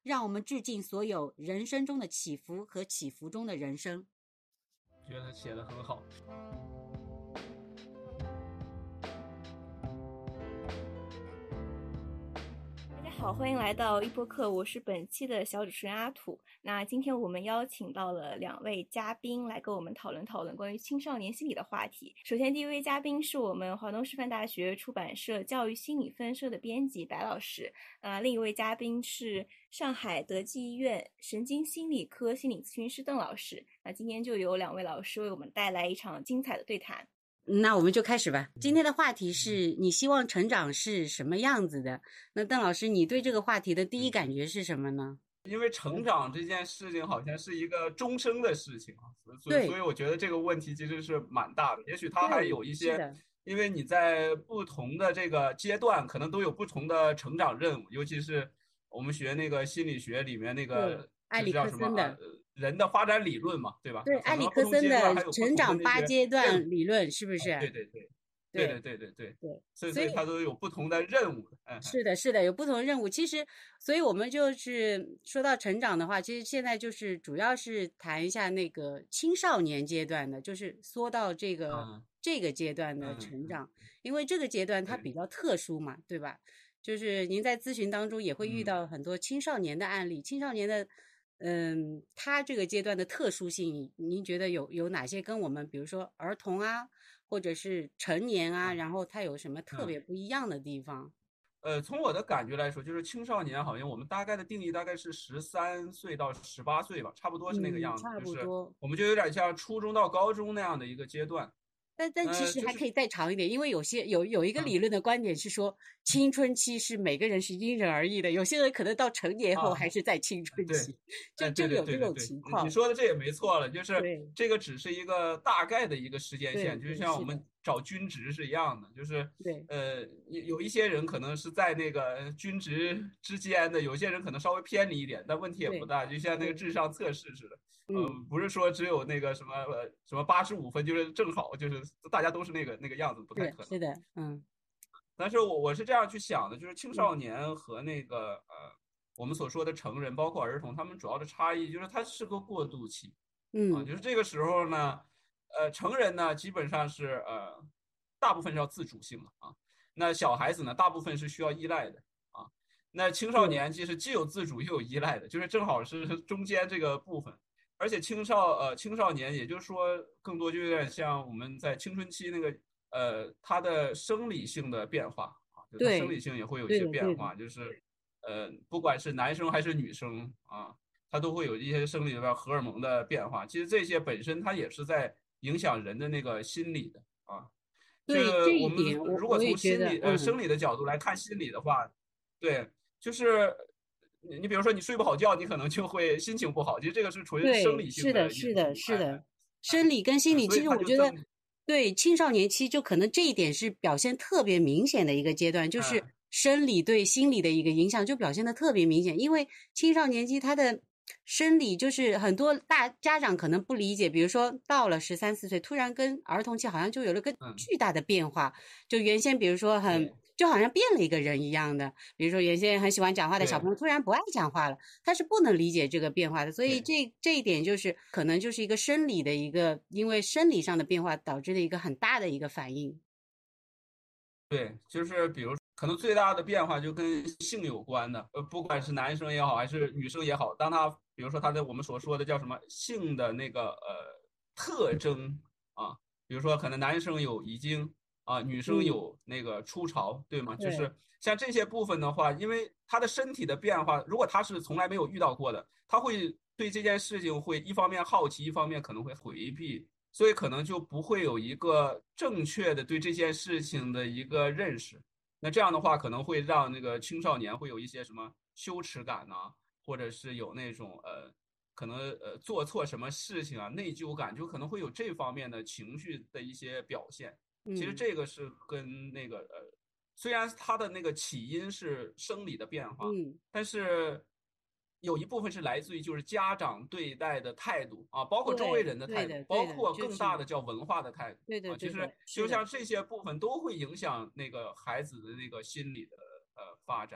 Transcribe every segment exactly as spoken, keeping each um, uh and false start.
让我们致敬所有人生中的起伏和起伏中的人生。 觉得写得很好。 好，欢迎来到一播客，我是本期的小主持人阿土。那今天我们邀请到了两位嘉宾来跟我们讨论讨论关于青少年心理的话题。首先第一位嘉宾是我们华东师范大学出版社教育心理分社的编辑白老师，呃，另一位嘉宾是上海德济医院神经心理科心理咨询师邓老师。那今天就由两位老师为我们带来一场精彩的对谈。 那我们就开始吧。今天的话题是你希望成长是什么样子的？那邓老师，你对这个话题的第一感觉是什么呢？ 因为成长这件事情好像是一个终生的事情啊，所以所以我觉得这个问题其实是蛮大的。也许它还有一些，因为你在不同的这个阶段可能都有不同的成长任务，尤其是我们学那个心理学里面那个埃里克森的人的发展理论嘛，对吧？ 对，埃里克森的成长八阶段理论是不是？ 对对对。对对对对对对， 所以所以它都有不同的任务。嗯， 是的，是的，有不同的任务。其实，所以我们就是说到成长的话，其实现在就是主要是谈一下那个青少年阶段的，就是说到这个、嗯、这个阶段的成长、嗯，因为这个阶段它比较特殊嘛， 对, 对吧？就是您在咨询当中也会遇到很多青少年的案例，嗯、青少年的。嗯，他这个阶段的特殊性，您觉得有有哪些跟我们比如说儿童啊，或者是成年啊，然后他有什么特别不一样的地方？ 嗯、呃，从我的感觉来说，就是青少年好像我们大概的定义大概是十三岁到十八岁吧，差不多是那个样子， 嗯、差不多、 就是我们就有点像初中到高中那样的一个阶段。 但但其实还可以再长一点，呃就是、因为有些有有一个理论的观点是说，嗯、青春期是每个人是因人而异的，有些人可能到成年后还是在青春期， 啊、 就就有这种情况。 你说的这也没错了，就是这个只是一个大概的一个时间线，就像我们找均值是一样的，就是对呃有一些人可能是在那个均值之间的，有些人可能稍微偏离一点，但问题也不大，就像那个智商测试似的。嗯、呃，不是说只有那个什么呃什么八十五分就是正好，就是大家都是那个那个样子，不太可能。 是的，嗯。 但是我我是这样去想的，就是青少年和那个、嗯、呃我们所说的成人，包括儿童，他们主要的差异就是它是个过渡期， 嗯啊，就是这个时候呢，呃，成人呢基本上是呃大部分是要自主性的啊，那小孩子呢大部分是需要依赖的啊，那青少年其实既有自主又有依赖的，就是正好是中间这个部分。而且青少呃青少年，也就是说，更多就有点像我们在青春期那个呃，他的生理性的变化啊，就是生理性也会有一些变化，就是呃，不管是男生还是女生啊，他都会有一些生理的荷尔蒙的变化。其实这些本身它也是在影响人的那个心理的啊。 对，这一点如果从心理呃生理的角度来看心理的话，对，就是。你比如说你睡不好觉，你可能就会心情不好，其实这个是纯生理性的。是的，是的，是的，哎、生理跟心理，其实我觉得，对青少年期就可能这一点是表现特别明显的一个阶段，就是生理对心理的一个影响就表现的特别明显，因为青少年期他的生理就是很多大家长可能不理解，比如说到了十三四岁，突然跟儿童期好像就有了个巨大的变化，嗯、就原先比如说很。就好像变了一个人一样的，比如说原先很喜欢讲话的小朋友突然不爱讲话了，他是不能理解这个变化的，所以这这一点就是可能就是一个生理的一个，因为生理上的变化导致的一个很大的一个反应。 对，就是比如可能最大的变化就跟性有关的，呃，不管是男生也好还是女生也好，当他比如说他的我们所说的叫什么性的那个呃特征啊，比如说可能男生有遗精。啊，女生有那个初潮，嗯、对吗？ 对， 就是像这些部分的话，因为她的身体的变化，如果她是从来没有遇到过的，她会对这件事情会一方面好奇，一方面可能会回避，所以可能就不会有一个正确的对这件事情的一个认识。那这样的话，可能会让那个青少年会有一些什么羞耻感啊，或者是有那种呃，可能呃做错什么事情啊，内疚感，就可能会有这方面的情绪的一些表现。其实这个是跟那个呃，虽然它的那个起因是生理的变化， 嗯， 但是有一部分是来自于就是家长对待的态度啊，包括周围人的态度，包括更大的叫文化的态度， 对的， 啊，其实就像这些部分都会影响那个孩子的那个心理的呃发展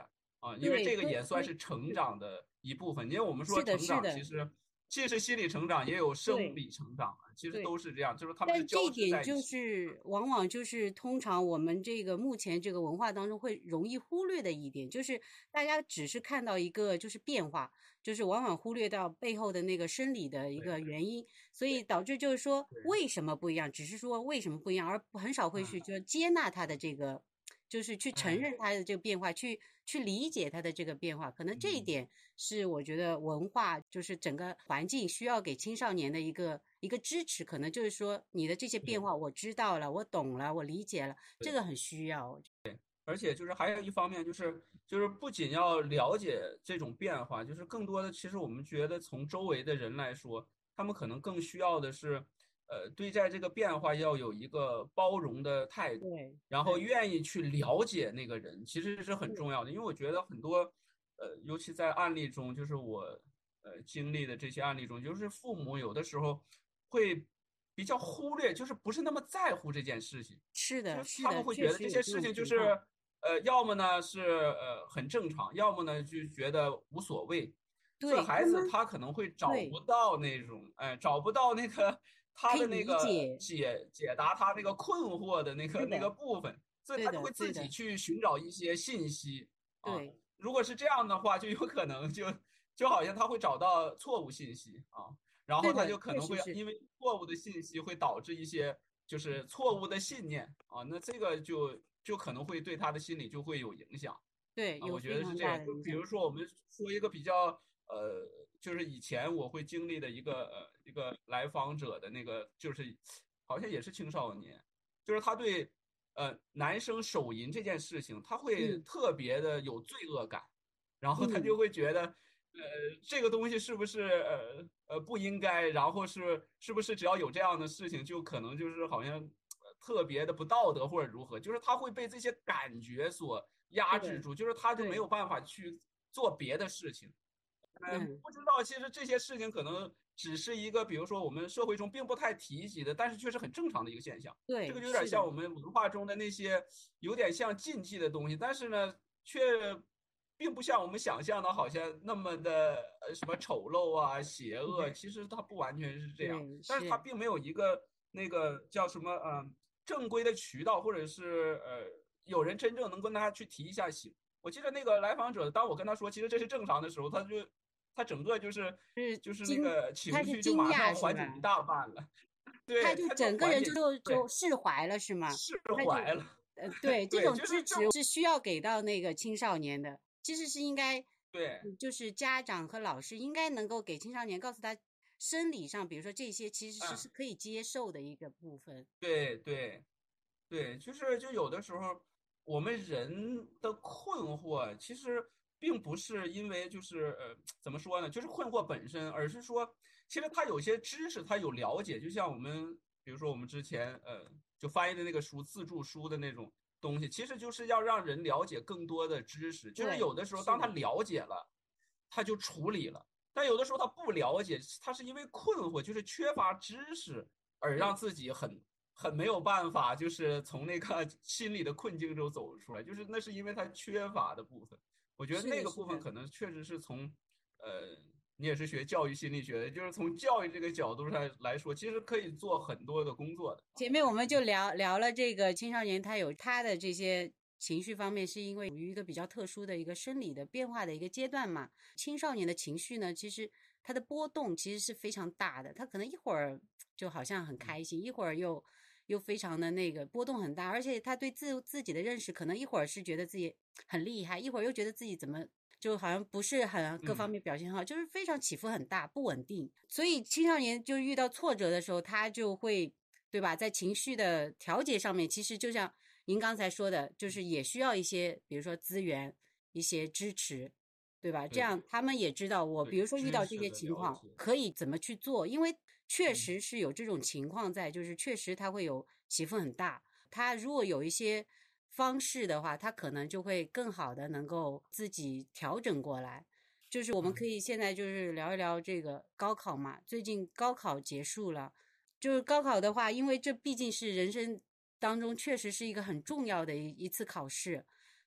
啊，因为这个也算是成长的一部分。因为我们说成长其实既是心理成长，也有生理成长，其实都是这样，就是他们是交织在一起。 但这一点就是往往就是通常我们这个目前这个文化当中会容易忽略的一点，就是大家只是看到一个就是变化，就是往往忽略到背后的那个生理的一个原因，所以导致就是说为什么不一样，只是说为什么不一样，而很少会去就接纳它的这个。就是去承认它的这个变化，去去理解它的这个变化，可能这一点是我觉得文化就是整个环境需要给青少年的一个一个支持，可能就是说你的这些变化我知道了，我懂了，我理解了，这个很需要。 对，而且就是还有一方面就是就是不仅要了解这种变化，就是更多的其实我们觉得从周围的人来说，他们可能更需要的是。呃，对待这个变化要有一个包容的态度，然后愿意去了解那个人，其实是很重要的。因为我觉得很多，呃，尤其在案例中，就是我呃经历的这些案例中，就是父母有的时候会比较忽略，就是不是那么在乎这件事情。 是的， 就是他们会觉得这些事情就是呃，要么呢是呃很正常，要么呢就觉得无所谓。这孩子他可能会找不到那种，哎，找不到那个。他的那个解解答他那个困惑的那个那个部分，所以他就会自己去寻找一些信息啊。如果是这样的话，就有可能就就好像他会找到错误信息啊，然后他就可能会因为错误的信息会导致一些就是错误的信念啊，那这个就就可能会对他的心理就会有影响。 对， 啊，我觉得是这样。就比如说我们说一个比较呃。就是以前我会经历的一个呃一个来访者的那个，就是好像也是青少年，就是他对呃男生手淫这件事情，他会特别的有罪恶感，然后他就会觉得呃这个东西是不是呃呃不应该，然后是是不是只要有这样的事情，就可能就是好像特别的不道德或者如何，就是他会被这些感觉所压制住，就是他就没有办法去做别的事情。嗯，不知道，其实这些事情可能只是一个，比如说我们社会中并不太提及的，但是却是很正常的一个现象。 对， 这个就有点像我们文化中的那些有点像禁忌的东西，但是呢，却并不像我们想象的，好像那么的呃什么丑陋啊、邪恶。其实它不完全是这样，但是它并没有一个那个叫什么嗯、呃、正规的渠道，或者是呃有人真正能跟他去提一下醒。我记得那个来访者，当我跟他说其实这是正常的时候，他就。他整个就是就是那个情绪就马上缓解一大半了，对， 他就整个人就就释怀了，是吗？ 释怀了。 呃，对，这种支持是需要给到那个青少年的，其实是应该对， 就是家长和老师应该能够给青少年告诉他，生理上比如说这些其实是是可以接受的一个部分。 对对对，就是就有的时候我们人的困惑其实。并不是因为就是呃怎么说呢，就是困惑本身，而是说其实他有些知识他有了解，就像我们比如说我们之前呃就翻译的那个书自助书的那种东西，其实就是要让人了解更多的知识。就是有的时候当他了解了，他就处理了；但有的时候他不了解，他是因为困惑，就是缺乏知识而让自己很很没有办法，就是从那个心理的困境中走出来，就是那是因为他缺乏的部分。我觉得那个部分可能确实是从，呃，你也是学教育心理学的，就是从教育这个角度上来说，其实可以做很多的工作的。 前面我们就聊聊了这个青少年他有他的这些情绪方面，是因为属于一个比较特殊的一个生理的变化的一个阶段嘛。青少年的情绪呢，其实它的波动其实是非常大的，他可能一会儿就好像很开心，一会儿又又非常的那个波动很大，而且他对自自己的认识可能一会儿是觉得自己很厉害，一会儿又觉得自己怎么就好像不是很各方面表现很好，嗯、就是非常起伏很大，不稳定。所以青少年就遇到挫折的时候，他就会对吧，在情绪的调节上面，其实就像您刚才说的，就是也需要一些比如说资源、一些支持，对吧？这样他们也知道我比如说遇到这些情况可以怎么去做，因为确实是有这种情况在，就是确实它会有起伏很大。他如果有一些方式的话，他可能就会更好的能够自己调整过来。就是我们可以现在就是聊一聊这个高考嘛，最近高考结束了，就是高考的话，因为这毕竟是人生当中确实是一个很重要的一一次考试，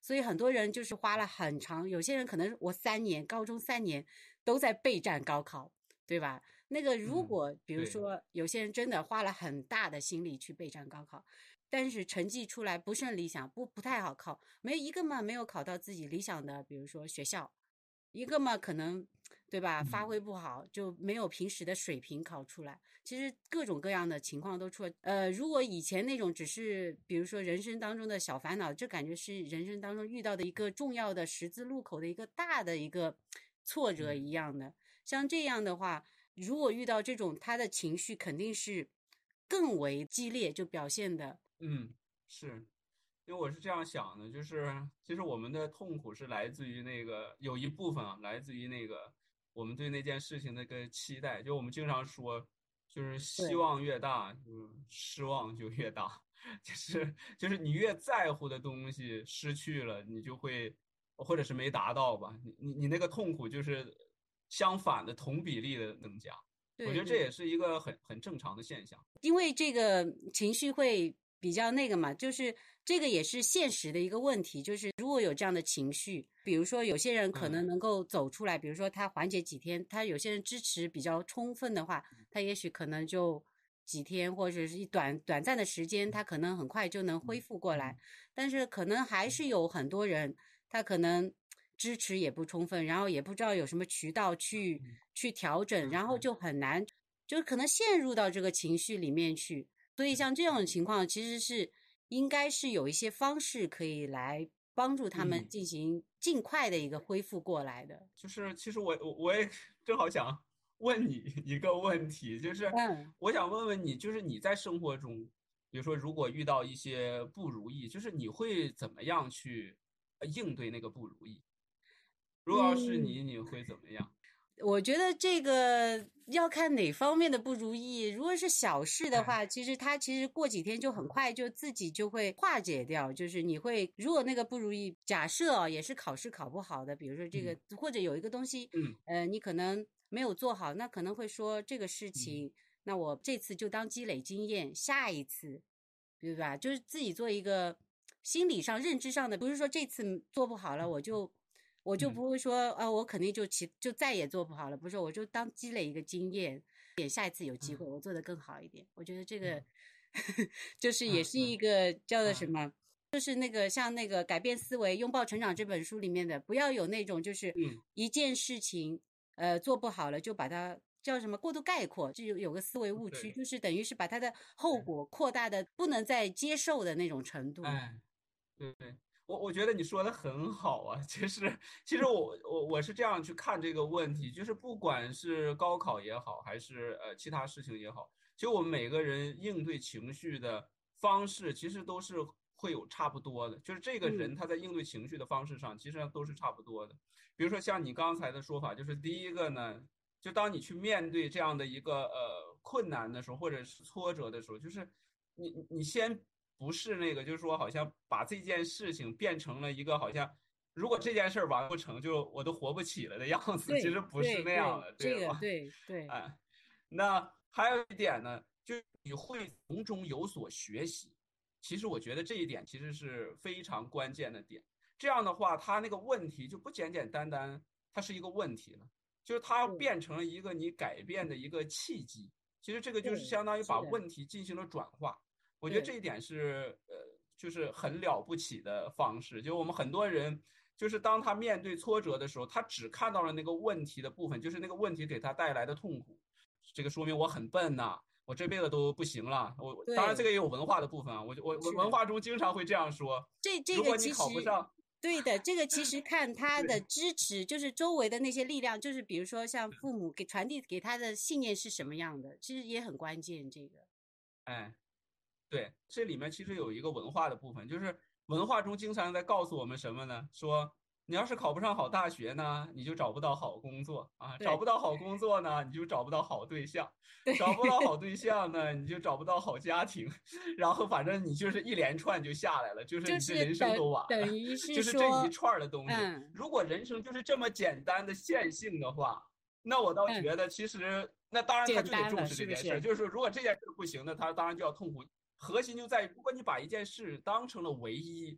所以很多人就是花了很长，有些人可能我三年高中三年都在备战高考，对吧？那个如果比如说有些人真的花了很大的心力去备战高考，但是成绩出来不甚理想，不不太好考，没一个嘛没有考到自己理想的，比如说学校，一个嘛可能对吧发挥不好，就没有平时的水平考出来。其实各种各样的情况都出了。呃，如果以前那种只是比如说人生当中的小烦恼，这感觉是人生当中遇到的一个重要的十字路口的一个大的一个挫折一样的。像这样的话，如果遇到这种，他的情绪肯定是更为激烈，就表现的。 嗯，是，因为我是这样想的，就是其实我们的痛苦是来自于那个有一部分啊，来自于那个我们对那件事情的一个期待。就我们经常说，就是希望越大，就失望就越大。就是就是你越在乎的东西失去了，你就会或者是没达到吧，你你你那个痛苦就是相反的同比例的增加。我觉得这也是一个很很正常的现象， 因为这个情绪会比较那个嘛，就是这个也是现实的一个问题，就是如果有这样的情绪，比如说有些人可能能够走出来，嗯、比如说他缓解几天，他有些人支持比较充分的话，他也许可能就几天或者是一短短暂的时间，他可能很快就能恢复过来，但是可能还是有很多人，他可能支持也不充分，然后也不知道有什么渠道去去调整，然后就很难，就可能陷入到这个情绪里面去。所以像这种情况，其实是应该是有一些方式可以来帮助他们进行尽快的一个恢复过来的。嗯、 就是其实我我我也正好想问你一个问题，就是我想问问你，就是你在生活中，比如说如果遇到一些不如意，就是你会怎么样去应对那个不如意？如果要是你，你会怎么样？ 我觉得这个要看哪方面的不如意。如果是小事的话，其实它其实过几天就很快就自己就会化解掉。就是你会，如果那个不如意，假设啊也是考试考不好的，比如说这个、嗯、或者有一个东西， 嗯， 呃，你可能没有做好，那可能会说这个事情，嗯、那我这次就当积累经验，下一次，对吧？就是自己做一个心理上、认知上的，不是说这次做不好了我就。我就不会说，啊，我肯定就其就再也做不好了。不是，我就当积累一个经验，点下一次有机会我做得更好一点。我觉得这个就是也是一个叫做什么，就是那个像那个改变思维、拥抱成长这本书里面的，不要有那种就是一件事情呃做不好了就把它叫什么过度概括，就有个思维误区，就是等于是把它的后果扩大的不能再接受的那种程度。 哎，对对。我我觉得你说的很好啊，其实其实我我我是这样去看这个问题，就是不管是高考也好，还是呃其他事情也好，其实我们每个人应对情绪的方式其实都是会有差不多的，就是这个人他在应对情绪的方式上其实都是差不多的。比如说像你刚才的说法，就是第一个呢，就当你去面对这样的一个呃困难的时候，或者是挫折的时候，就是你你先。不是那个，就是说，好像把这件事情变成了一个好像，如果这件事完不成，就我都活不起了的样子。其实不是那样的， 对吧？ 对对。 哎，那还有一点呢，就是你会从中有所学习。其实我觉得这一点其实是非常关键的点。这样的话，它那个问题就不简简单单，它是一个问题了，就是它变成了一个你改变的一个契机。其实这个就是相当于把问题进行了转化。我觉得这一点是呃，就是很了不起的方式。就我们很多人，就是当他面对挫折的时候，他只看到了那个问题的部分，就是那个问题给他带来的痛苦。这个说明我很笨呐、啊，我这辈子都不行了。我当然这个也有文化的部分啊，我我我文化中经常会这样说。 这这个如果你考不上， 对的，这个其实看他的支持，就是周围的那些力量，就是比如说像父母给传递给他的信念是什么样的，其实也很关键。这个， 哎。对，这里面其实有一个文化的部分，就是文化中经常在告诉我们什么呢？说你要是考不上好大学呢，你就找不到好工作啊，找不到好工作呢，你就找不到好对象，找不到好对象呢，你就找不到好家庭，然后反正你就是一连串就下来了，就是你这人生都完了， 就是、等于是就是这一串的东西。 嗯、 如果人生就是这么简单的线性的话，那我倒觉得其实、嗯、那当然他就得重视这件事， 是是就是如果这件事不行，那他当然就要痛苦。核心就在于，如果你把一件事当成了唯一，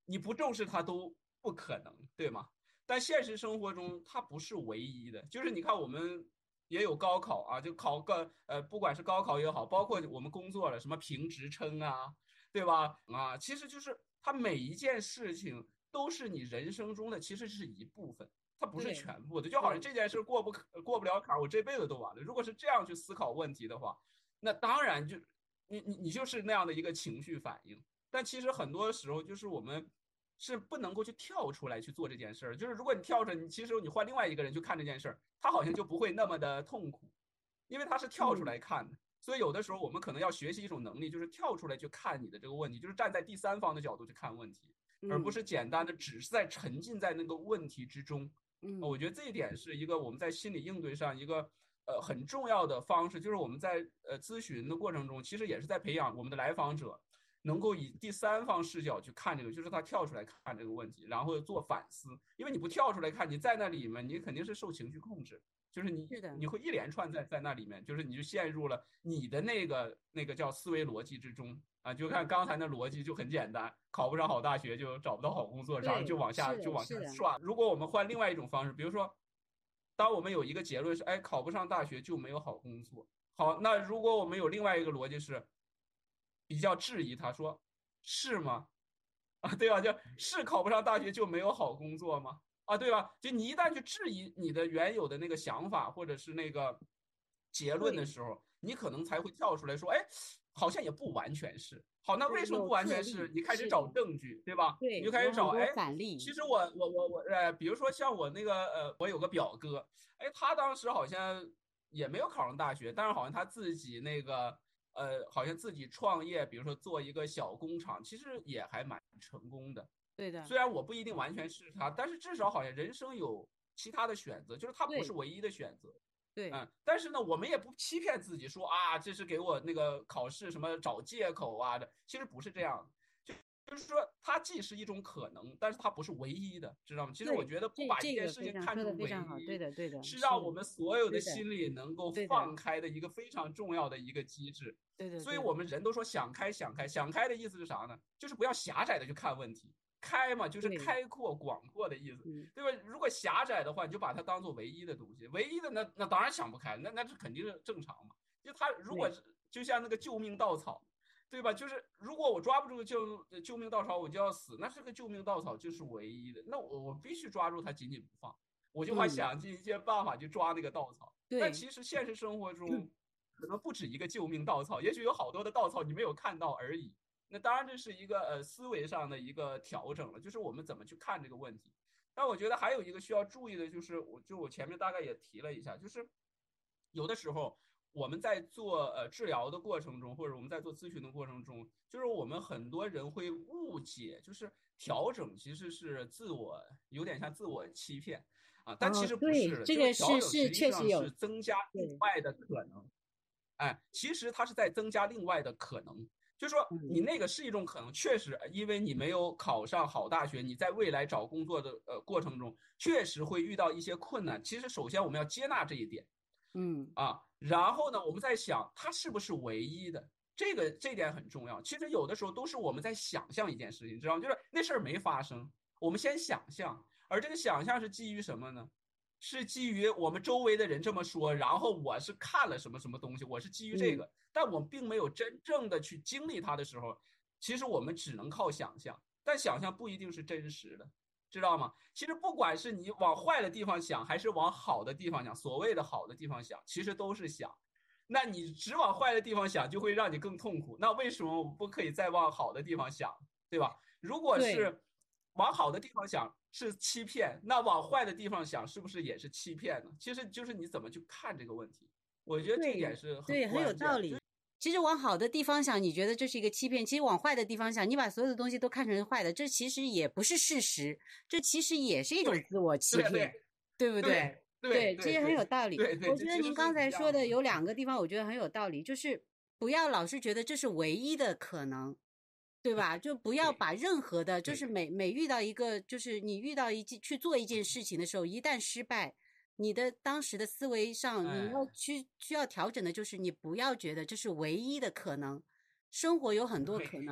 你不重视它都不可能，对吗？但现实生活中它不是唯一的，就是你看我们也有高考啊，就考个呃，不管是高考也好，包括我们工作了，什么评职称啊，对吧？啊，其实就是它每一件事情都是你人生中的，其实是一部分，它不是全部的。就好像这件事过不过不了坎儿，我这辈子都完了。如果是这样去思考问题的话，那当然就你你你就是那样的一个情绪反应。但其实很多时候就是我们是不能够去跳出来去做这件事儿。就是如果你跳出来，你其实你换另外一个人去看这件事儿，他好像就不会那么的痛苦，因为他是跳出来看的。所以有的时候我们可能要学习一种能力，就是跳出来去看你的这个问题，就是站在第三方的角度去看问题，而不是简单的只是在沉浸在那个问题之中。 嗯， 我觉得这一点是一个我们在心理应对上一个呃很重要的方式，就是我们在呃咨询的过程中，其实也是在培养我们的来访者能够以第三方视角去看这个，就是他跳出来看这个问题，然后做反思。因为你不跳出来看，你在那里面，你肯定是受情绪控制，就是你你会一连串在在那里面，就是你就陷入了你的那个那个叫思维逻辑之中啊。就看刚才的逻辑就很简单，考不上好大学就找不到好工作，然后就往下就往下刷。如果我们换另外一种方式，比如说，当我们有一个结论是，哎，考不上大学就没有好工作。好，那如果我们有另外一个逻辑是比较质疑，他说是吗？啊，对吧？就是考不上大学就没有好工作吗？啊，对吧？就你一旦去质疑你的原有的那个想法或者是那个结论的时候，你可能才会跳出来说，哎，好像也不完全是。好，那为什么不完全是？你开始找证据，对吧？ 对， 你就开始找，哎， 反例。 其实我我我我，呃，比如说像我那个呃，我有个表哥，哎，他当时好像也没有考上大学，但是好像他自己那个。呃，好像自己创业，比如说做一个小工厂，其实也还蛮成功的。 对的。 虽然我不一定完全是他，但是至少好像人生有其他的选择，就是他不是唯一的选择。 对， 嗯，但是呢，我们也不欺骗自己说啊，这是给我那个考试什么找借口啊的，其实不是这样的。就就是说，它既是一种可能，但是它不是唯一的，知道吗？其实我觉得不把一件事情看成唯一， 对的，对的， 是让我们所有的心里能够放开的一个非常重要的一个机制。 对的， 所以我们人都说想开，想开，想开的意思是啥呢？就是不要狭窄的去看问题。开嘛，就是开阔、广阔的意思，对吧？如果狭窄的话，你就把它当做唯一的东西，唯一的那那当然想不开，那那是肯定是正常嘛。就它如果是就像那个救命稻草。对吧？就是如果我抓不住救救命稻草，我就要死。那这个救命稻草就是唯一的，那我我必须抓住它，紧紧不放。我就会想尽一切办法去抓那个稻草。 嗯、 但其实现实生活中可能不止一个救命稻草，也许有好多的稻草你没有看到而已。那当然这是一个呃思维上的一个调整了，就是我们怎么去看这个问题。但我觉得还有一个需要注意的就是，我就我前面大概也提了一下，就是有的时候。我们在做呃治疗的过程中，或者我们在做咨询的过程中，就是我们很多人会误解，就是调整其实是自我，有点像自我欺骗啊，但其实不是的。 哦、这个调整实际上是增加另外的可能。哎，其实它是在增加另外的可能，就是说你那个是一种可能，确实，因为你没有考上好大学，你在未来找工作的呃过程中，确实会遇到一些困难。其实首先我们要接纳这一点。 嗯啊，然后呢，我们在想它是不是唯一的，这个这点很重要。其实有的时候都是我们在想象一件事情，知道吗？就是那事儿没发生，我们先想象，而这个想象是基于什么呢？是基于我们周围的人这么说，然后我是看了什么什么东西，我是基于这个， 嗯、 但我们并没有真正的去经历它的时候，其实我们只能靠想象，但想象不一定是真实的。知道吗？其实不管是你往坏的地方想，还是往好的地方想，所谓的好的地方想，其实都是想。那你只往坏的地方想，就会让你更痛苦。那为什么我们不可以再往好的地方想，对吧？如果是往好的地方想是欺骗，那往坏的地方想是不是也是欺骗呢？其实就是你怎么去看这个问题。我觉得这点是很对，很有道理。其实往好的地方想，你觉得这是一个欺骗；其实往坏的地方想，你把所有的东西都看成坏的，这其实也不是事实，这其实也是一种自我欺骗， 对, 对, 对不对？ 对， 其实很有道理。 对对我觉得您刚才说的有两个地方，我觉得很有道理，就是不要老是觉得这是唯一的可能，对吧？就不要把任何的，就是每每遇到一个，就是你遇到一件去做一件事情的时候，一旦失败。你的当时的思维上，你要去需要调整的就是，你不要觉得这是唯一的可能，生活有很多可能。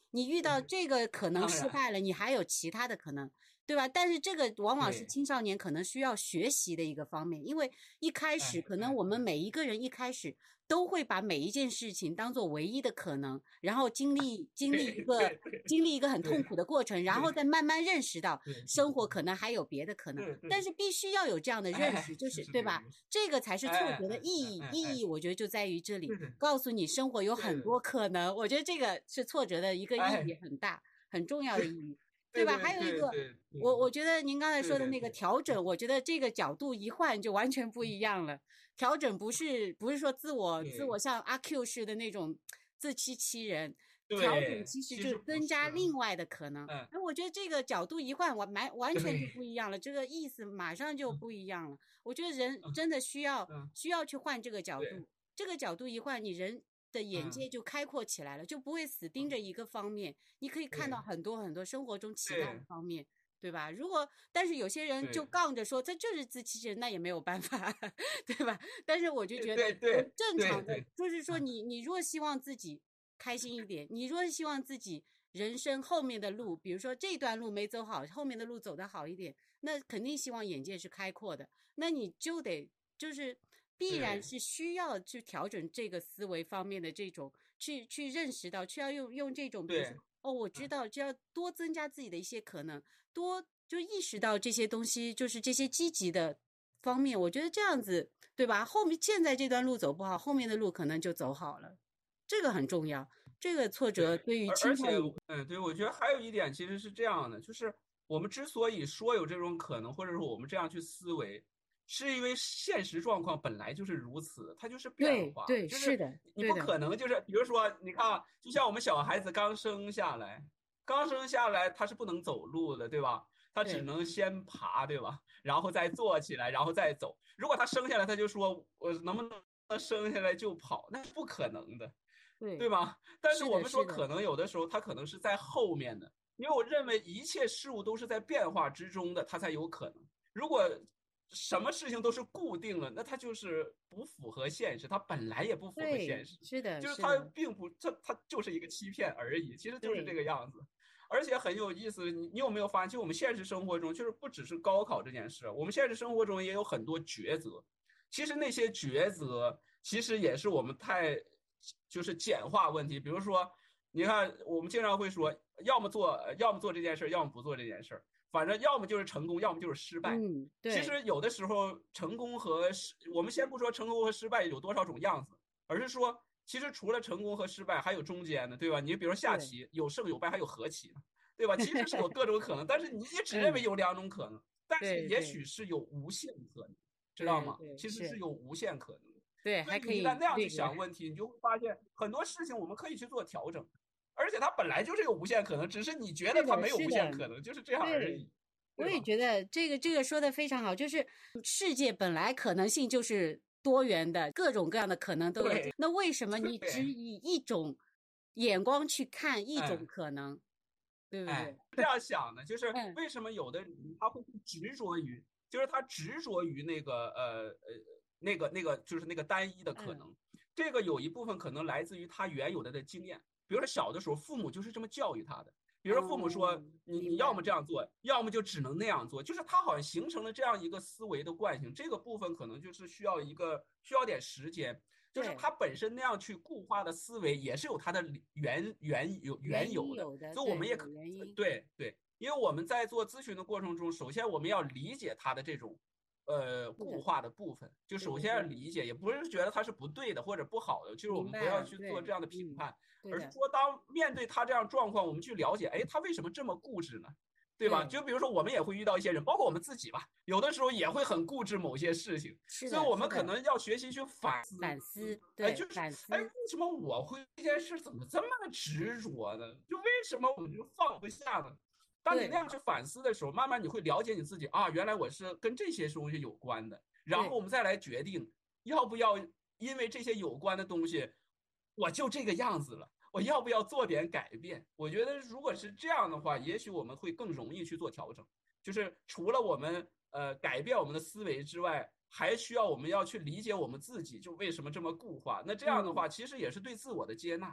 你遇到这个可能失败了，你还有其他的可能，对吧？但是这个往往是青少年可能需要学习的一个方面，因为一开始可能我们每一个人一开始都会把每一件事情当做唯一的可能，然后经历经历一个经历一个很痛苦的过程，然后再慢慢认识到生活可能还有别的可能，但是必须要有这样的认识，就是对吧？这个才是挫折的意义，意义我觉得就在于这里，告诉你生活有很多可能，我觉得这个是挫折的一个意义很大很重要的意义。对吧？还有一个，我我觉得您刚才说的那个调整，我觉得这个角度一换就完全不一样了。调整不是不是说自我自我像阿 Q 式的那种自欺欺人，调整其实就增加另外的可能。哎，我觉得这个角度一换，完完完全就不一样了，这个意思马上就不一样了。我觉得人真的需要需要去换这个角度，这个角度一换，你人的眼界就开阔起来了，就不会死盯着一个方面，你可以看到很多很多生活中其他的方面，对吧？如果但是有些人就杠着说这就是自欺欺人，那也没有办法，对吧？但是我就觉得正常的就是说你你若希望自己开心一点，你若希望自己人生后面的路，比如说这段路没走好，后面的路走得好一点，那肯定希望眼界是开阔的，那你就得就是必然是需要去调整这个思维方面的这种，去去认识到，去要用用这种，比如说哦，我知道，就要多增加自己的一些可能，多就意识到这些东西，就是这些积极的方面。我觉得这样子，对吧？后面现在这段路走不好，后面的路可能就走好了，这个很重要。这个挫折对于青少年， 嗯，对，我觉得还有一点其实是这样的，就是我们之所以说有这种可能，或者说我们这样去思维。是因为现实状况本来就是如此，它就是变化， 对，对就是的， 你不可能就是，比如说，你看啊，就像我们小孩子刚生下来，刚生下来他是不能走路的，对吧？他只能先爬，对吧？然后再坐起来，然后再走。如果他生下来他就说我能不能生下来就跑，那是不可能的， 对对吧？但是我们说可能有的时候他可能是在后面的，因为我认为一切事物都是在变化之中的，它才有可能。如果什么事情都是固定了，那它就是不符合现实，它本来也不符合现实， 是的， 就是它并不，它它就是一个欺骗而已，其实就是这个样子。而且很有意思，你你有没有发现，就我们现实生活中，就是不只是高考这件事，我们现实生活中也有很多抉择。其实那些抉择，其实也是我们太就是简化问题。比如说，你看我们经常会说，要么做，要么做这件事，要么不做这件事。反正要么就是成功，要么就是失败。 嗯，对。 其实有的时候成功和失，我们先不说成功和失败有多少种样子，而是说，其实除了成功和失败，还有中间的，对吧？你比如说下棋，有胜有败，还有和棋，对吧？其实是有各种可能，但是你也只认为有两种可能，但是也许是有无限可能，知道吗？其实是有无限可能。 对，还可以。 你一旦那样去想问题，你就会发现很多事情我们可以去做调整。而且它本来就是有无限可能，只是你觉得它没有无限可能，就是这样而已。 我也觉得这个这个说的非常好，就是世界本来可能性就是多元的，各种各样的可能都有。那为什么你只以一种眼光去看一种可能， 嗯、 对不对？ 哎、这样想的，就是为什么有的人他会执着于，就是他执着于那个呃呃那个那个就是那个单一的可能。嗯、这个有一部分可能来自于他原有的的经验。比如说小的时候，父母就是这么教育他的。比如说父母说、哦、你你要么这样做，要么就只能那样做，就是他好像形成了这样一个思维的惯性。这个部分可能就是需要一个需要点时间，就是他本身那样去固化的思维也是有它的原原有原有的，所以我们也可对对，因为我们在做咨询的过程中，首先我们要理解他的这种。呃，固化的部分，就首先要理解，也不是觉得它是不对的或者不好的，就是我们不要去做这样的评判，而是说当面对他这样状况，我们去了解，哎，他为什么这么固执呢？对吧？就比如说我们也会遇到一些人，包括我们自己吧，有的时候也会很固执某些事情，所以我们可能要学习去反思， 反思， 对，就是哎，为什么我会这件事怎么这么执着呢？就为什么我就放不下呢？当你那样去反思的时候，慢慢你会了解你自己啊，原来我是跟这些东西有关的。然后我们再来决定要不要因为这些有关的东西，我就这个样子了，我要不要做点改变？我觉得如果是这样的话，也许我们会更容易去做调整。就是除了我们呃改变我们的思维之外，还需要我们要去理解我们自己，就为什么这么固化。那这样的话，其实也是对自我的接纳。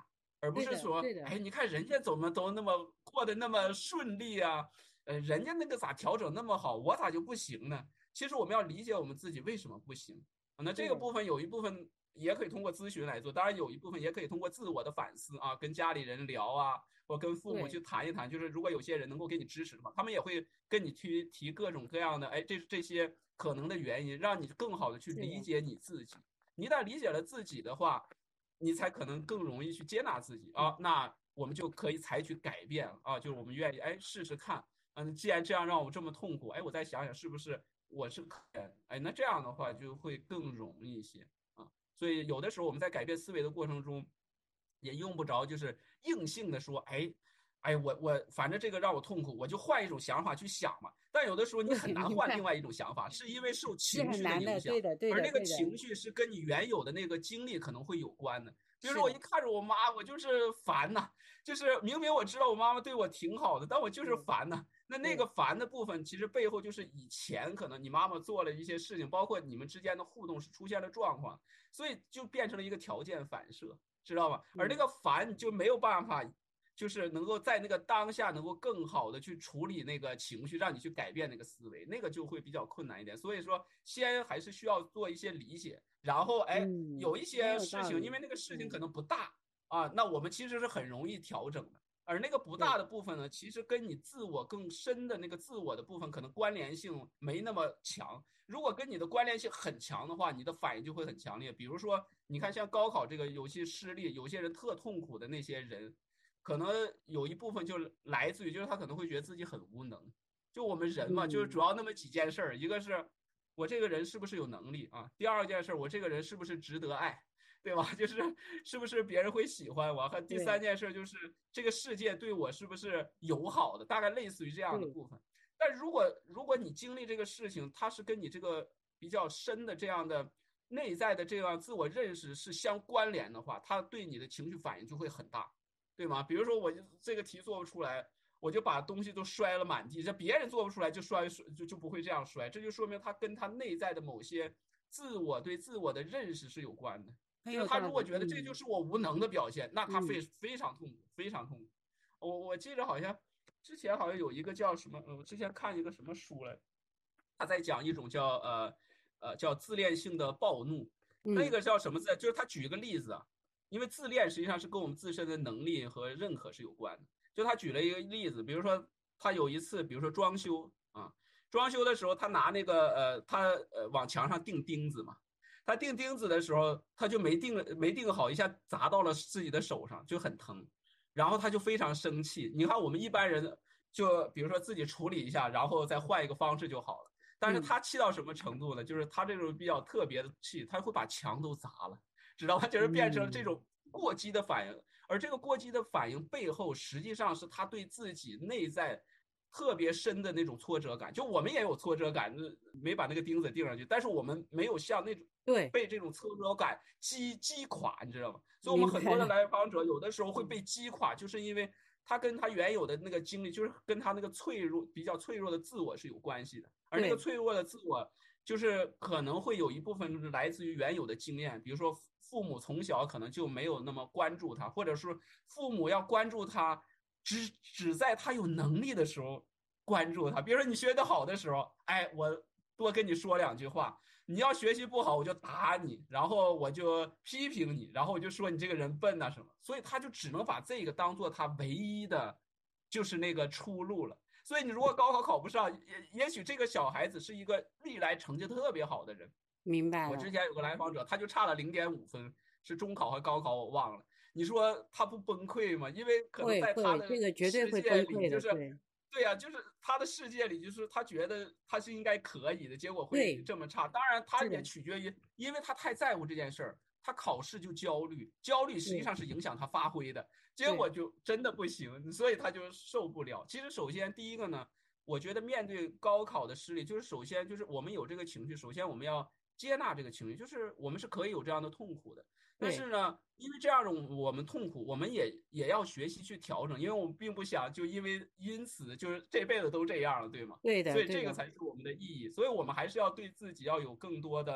而不是说，哎，你看人家怎么都那么过得那么顺利啊，呃，人家那个咋调整那么好，我咋就不行呢？其实我们要理解我们自己为什么不行。那这个部分有一部分也可以通过咨询来做，当然有一部分也可以通过自我的反思啊，跟家里人聊啊，或跟父母去谈一谈。就是如果有些人能够给你支持的话，他们也会跟你去提各种各样的，哎，这这些可能的原因，让你更好的去理解你自己。你一旦理解了自己的话，你才可能更容易去接纳自己啊。那我们就可以采取改变啊，就是我们愿意哎试试看。嗯，既然这样让我这么痛苦，哎，我再想想是不是我是可以，哎，那这样的话就会更容易一些啊。所以有的时候我们在改变思维的过程中，也用不着就是硬性的说，哎，哎，我我反正这个让我痛苦，我就换一种想法去想嘛。但有的时候你很难换另外一种想法，是因为受情绪的影响，而那个情绪是跟你原有的那个经历可能会有关的。比如说我一看着我妈，我就是烦呐、啊，就是明明我知道我妈妈对我挺好的，但我就是烦呐、啊。那那个烦的部分，其实背后就是以前可能你妈妈做了一些事情，包括你们之间的互动是出现了状况，所以就变成了一个条件反射，知道吗？而那个烦你就没有办法，就是能够在那个当下能够更好的去处理那个情绪，让你去改变那个思维，那个就会比较困难一点。所以说，先还是需要做一些理解，然后哎，有一些事情，因为那个事情可能不大啊，那我们其实是很容易调整的。而那个不大的部分呢，其实跟你自我更深的那个自我的部分可能关联性没那么强。如果跟你的关联性很强的话，你的反应就会很强烈。比如说，你看像高考这个有些失利，有些人特痛苦的那些人，可能有一部分就来自于，就是他可能会觉得自己很无能。就我们人嘛，就是主要那么几件事儿，一个是我这个人是不是有能力啊？第二件事，我这个人是不是值得爱？对吧？就是是不是别人会喜欢我？和第三件事就是这个世界对我是不是友好的？大概类似于这样的部分。但如果如果你经历这个事情，它是跟你这个比较深的这样的内在的这样自我认识是相关联的话，它对你的情绪反应就会很大，对吗？比如说我这个题做不出来，我就把东西都摔了满地，这别人做不出来就摔就就不会这样摔，这就说明他跟他内在的某些自我对自我的认识是有关的。就是他如果觉得这就是我无能的表现，那他非非常痛苦，非常痛苦。我我记得好像之前好像有一个叫什么，我之前看一个什么书来，他在讲一种叫呃呃叫自恋性的暴怒，那个叫什么字？就是他举一个例子啊，因为自恋实际上是跟我们自身的能力和认可是有关的。就他举了一个例子，比如说他有一次，比如说装修啊，装修的时候他拿那个呃他呃往墙上钉钉子嘛。他钉钉子的时候，他就没钉没钉好，一下砸到了自己的手上，就很疼，然后他就非常生气。你看我们一般人就比如说自己处理一下，然后再换一个方式就好了。但是他气到什么程度呢？就是他这种比较特别的气，他会把墙都砸了，知道吧？就是变成这种过激的反应。而这个过激的反应背后，实际上是他对自己内在特别深的那种挫折感。就我们也有挫折感，没把那个钉子钉上去，但是我们没有像那种对被这种挫折感击击垮，你知道吗？所以我们很多的来访者有的时候会被击垮，就是因为他跟他原有的那个经历，就是跟他那个脆弱比较脆弱的自我是有关系的。而那个脆弱的自我，就是可能会有一部分来自于原有的经验，比如说父母从小可能就没有那么关注他，或者说父母要关注他，只只在他有能力的时候关注他。比如说你学得好的时候，哎，我多跟你说两句话。你要学习不好，我就打你，然后我就批评你，然后我就说你这个人笨啊什么，所以他就只能把这个当做他唯一的，就是那个出路了。所以你如果高考考不上，也也许这个小孩子是一个历来成绩特别好的人。 明白了。 我之前有个来访者，他就差了零点五分，是中考和高考我忘了。你说他不崩溃吗？因为可能在他的世界里，就是。对呀、啊，就是他的世界里，就是他觉得他是应该可以的，结果会这么差。当然，他也取决于，因为他太在乎这件事儿，他考试就焦虑，焦虑实际上是影响他发挥的，结果就真的不行，所以他就受不了。其实，首先第一个呢，我觉得面对高考的失利，就是首先就是我们有这个情绪，首先我们要接纳这个情绪，就是我们是可以有这样的痛苦的。但是呢，因为这样的我们痛苦，我们也也要学习去调整，因为我们并不想就因为因此就是这辈子都这样了，对吗？ 对的。 所以这个才是我们的意义。所以我们还是要对自己要有更多的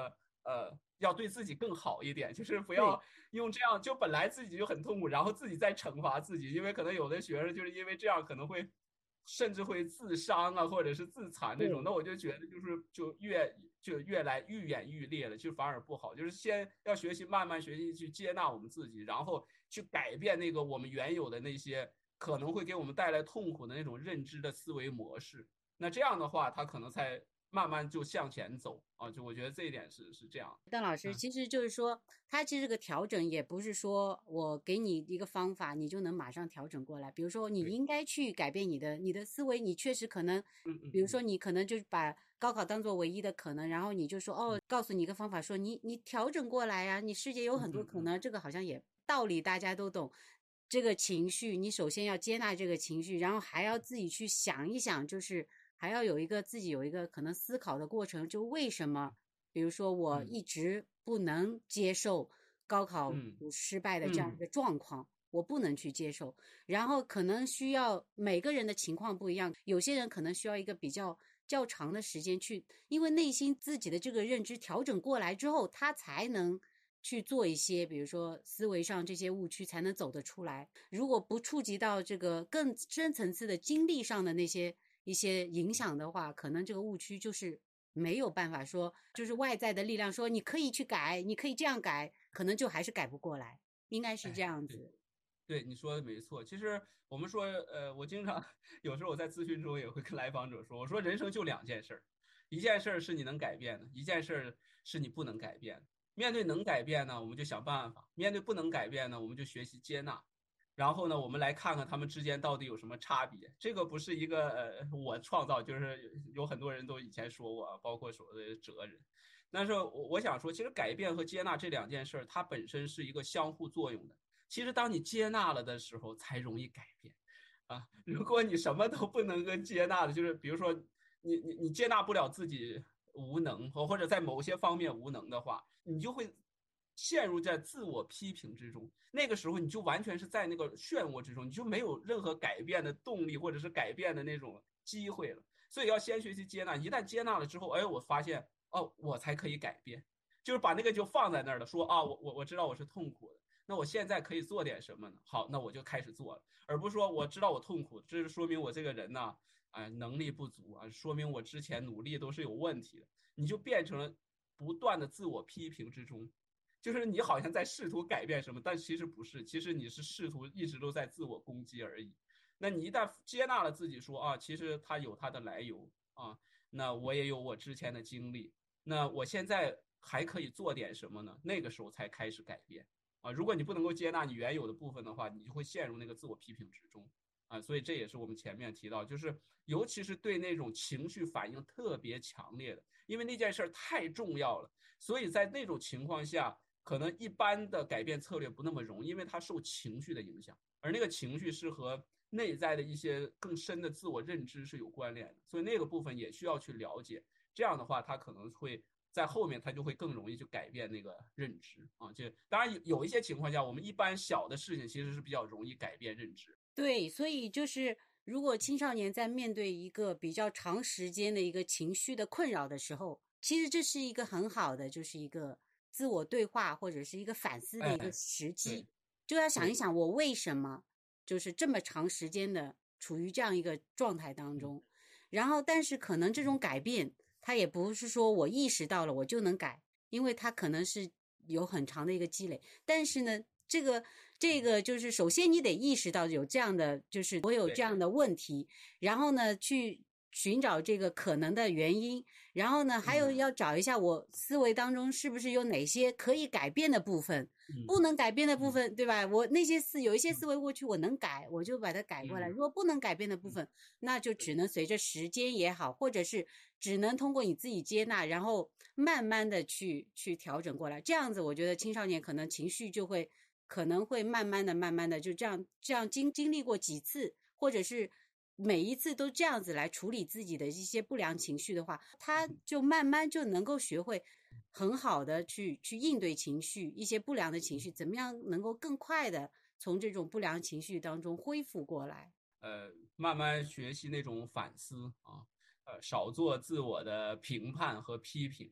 呃要对自己更好一点，就是不要用这样，就本来自己就很痛苦，然后自己再惩罚自己，因为可能有的学生就是因为这样可能会甚至会自伤啊，或者是自残那种。那我就觉得就是就越就越来愈演愈烈了，就反而不好。就是先要学习，慢慢学习去接纳我们自己，然后去改变那个我们原有的那些可能会给我们带来痛苦的那种认知的思维模式。那这样的话，他可能才慢慢就向前走啊。就我觉得这一点是是这样。 邓老师，其实就是说，他其实这个调整也不是说我给你一个方法，你就能马上调整过来。比如说，你应该去改变你的你的思维，你确实可能，比如说你可能就是把高考当做唯一的可能，然后你就说哦，告诉你一个方法，说你你调整过来呀，你世界有很多可能，这个好像也道理大家都懂。这个情绪，你首先要接纳这个情绪，然后还要自己去想一想，就是还要有一个自己有一个可能思考的过程，就为什么，比如说我一直不能接受高考失败的这样一个状况，我不能去接受，然后可能需要每个人的情况不一样，有些人可能需要一个比较较长的时间去，因为内心自己的这个认知调整过来之后，他才能去做一些，比如说思维上这些误区才能走得出来。如果不触及到这个更深层次的经历上的那些一些影响的话，可能这个误区就是没有办法说，就是外在的力量说你可以去改，你可以这样改，可能就还是改不过来，应该是这样子。 哎、对, 对你说的没错。其实我们说，呃，我经常有时候我在咨询中也会跟来访者说，我说人生就两件事，一件事是你能改变的，一件事是你不能改变的。面对能改变呢，我们就想办法；面对不能改变呢，我们就学习接纳。然后呢，我们来看看他们之间到底有什么差别。这个不是一个呃我创造，就是有很多人都以前说过，包括所谓的哲人。但是我我想说，其实改变和接纳这两件事，它本身是一个相互作用的。其实当你接纳了的时候，才容易改变啊。如果你什么都不能够接纳的，就是比如说你你你接纳不了自己无能，或者在某些方面无能的话，你就会陷入在自我批评之中。那个时候你就完全是在那个漩涡之中，你就没有任何改变的动力，或者是改变的那种机会了。所以要先学习接纳，一旦接纳了之后，哎，我发现哦，我才可以改变，就是把那个就放在那儿了，说啊，我我我知道我是痛苦的，那我现在可以做点什么呢？好，那我就开始做了，而不是说我知道我痛苦，这是说明我这个人呢，哎、呃，能力不足啊，说明我之前努力都是有问题的，你就变成了不断的自我批评之中。就是你好像在试图改变什么，但其实不是，其实你是试图一直都在自我攻击而已。那你一旦接纳了自己说啊，其实它有它的来由啊，那我也有我之前的经历，那我现在还可以做点什么呢？那个时候才开始改变啊。如果你不能够接纳你原有的部分的话，你就会陷入那个自我批评之中啊。所以这也是我们前面提到，就是尤其是对那种情绪反应特别强烈的，因为那件事太重要了，所以在那种情况下，可能一般的改变策略不那么容易，因为它受情绪的影响，而那个情绪是和内在的一些更深的自我认知是有关联的，所以那个部分也需要去了解。这样的话，它可能会在后面，它就会更容易去改变那个认知啊。就当然有一些情况下，我们一般小的事情其实是比较容易改变认知。 对，所以就是如果青少年在面对一个比较长时间的一个情绪的困扰的时候，其实这是一个很好的，就是一个自我对话或者是一个反思的一个时机， 哎、 就要想一想我为什么就是这么长时间的处于这样一个状态当中，然后但是可能这种改变它也不是说我意识到了我就能改，因为它可能是有很长的一个积累，但是呢这个这个就是首先你得意识到有这样的，就是我有这样的问题，然后呢去寻找这个可能的原因，然后呢还有要找一下我思维当中是不是有哪些可以改变的部分，不能改变的部分，对吧？我那些思有一些思维过去我能改，我就把它改过来，如果不能改变的部分，那就只能随着时间也好，或者是只能通过你自己接纳，然后慢慢的去去调整过来，这样子我觉得青少年可能情绪就会可能会慢慢的慢慢的就这样这样经经历过几次，或者是每一次都这样子来处理自己的一些不良情绪的话，他就慢慢就能够学会很好的去去应对情绪，一些不良的情绪，怎么样能够更快的从这种不良情绪当中恢复过来。 呃，慢慢学习那种反思啊，呃，少做自我的评判和批评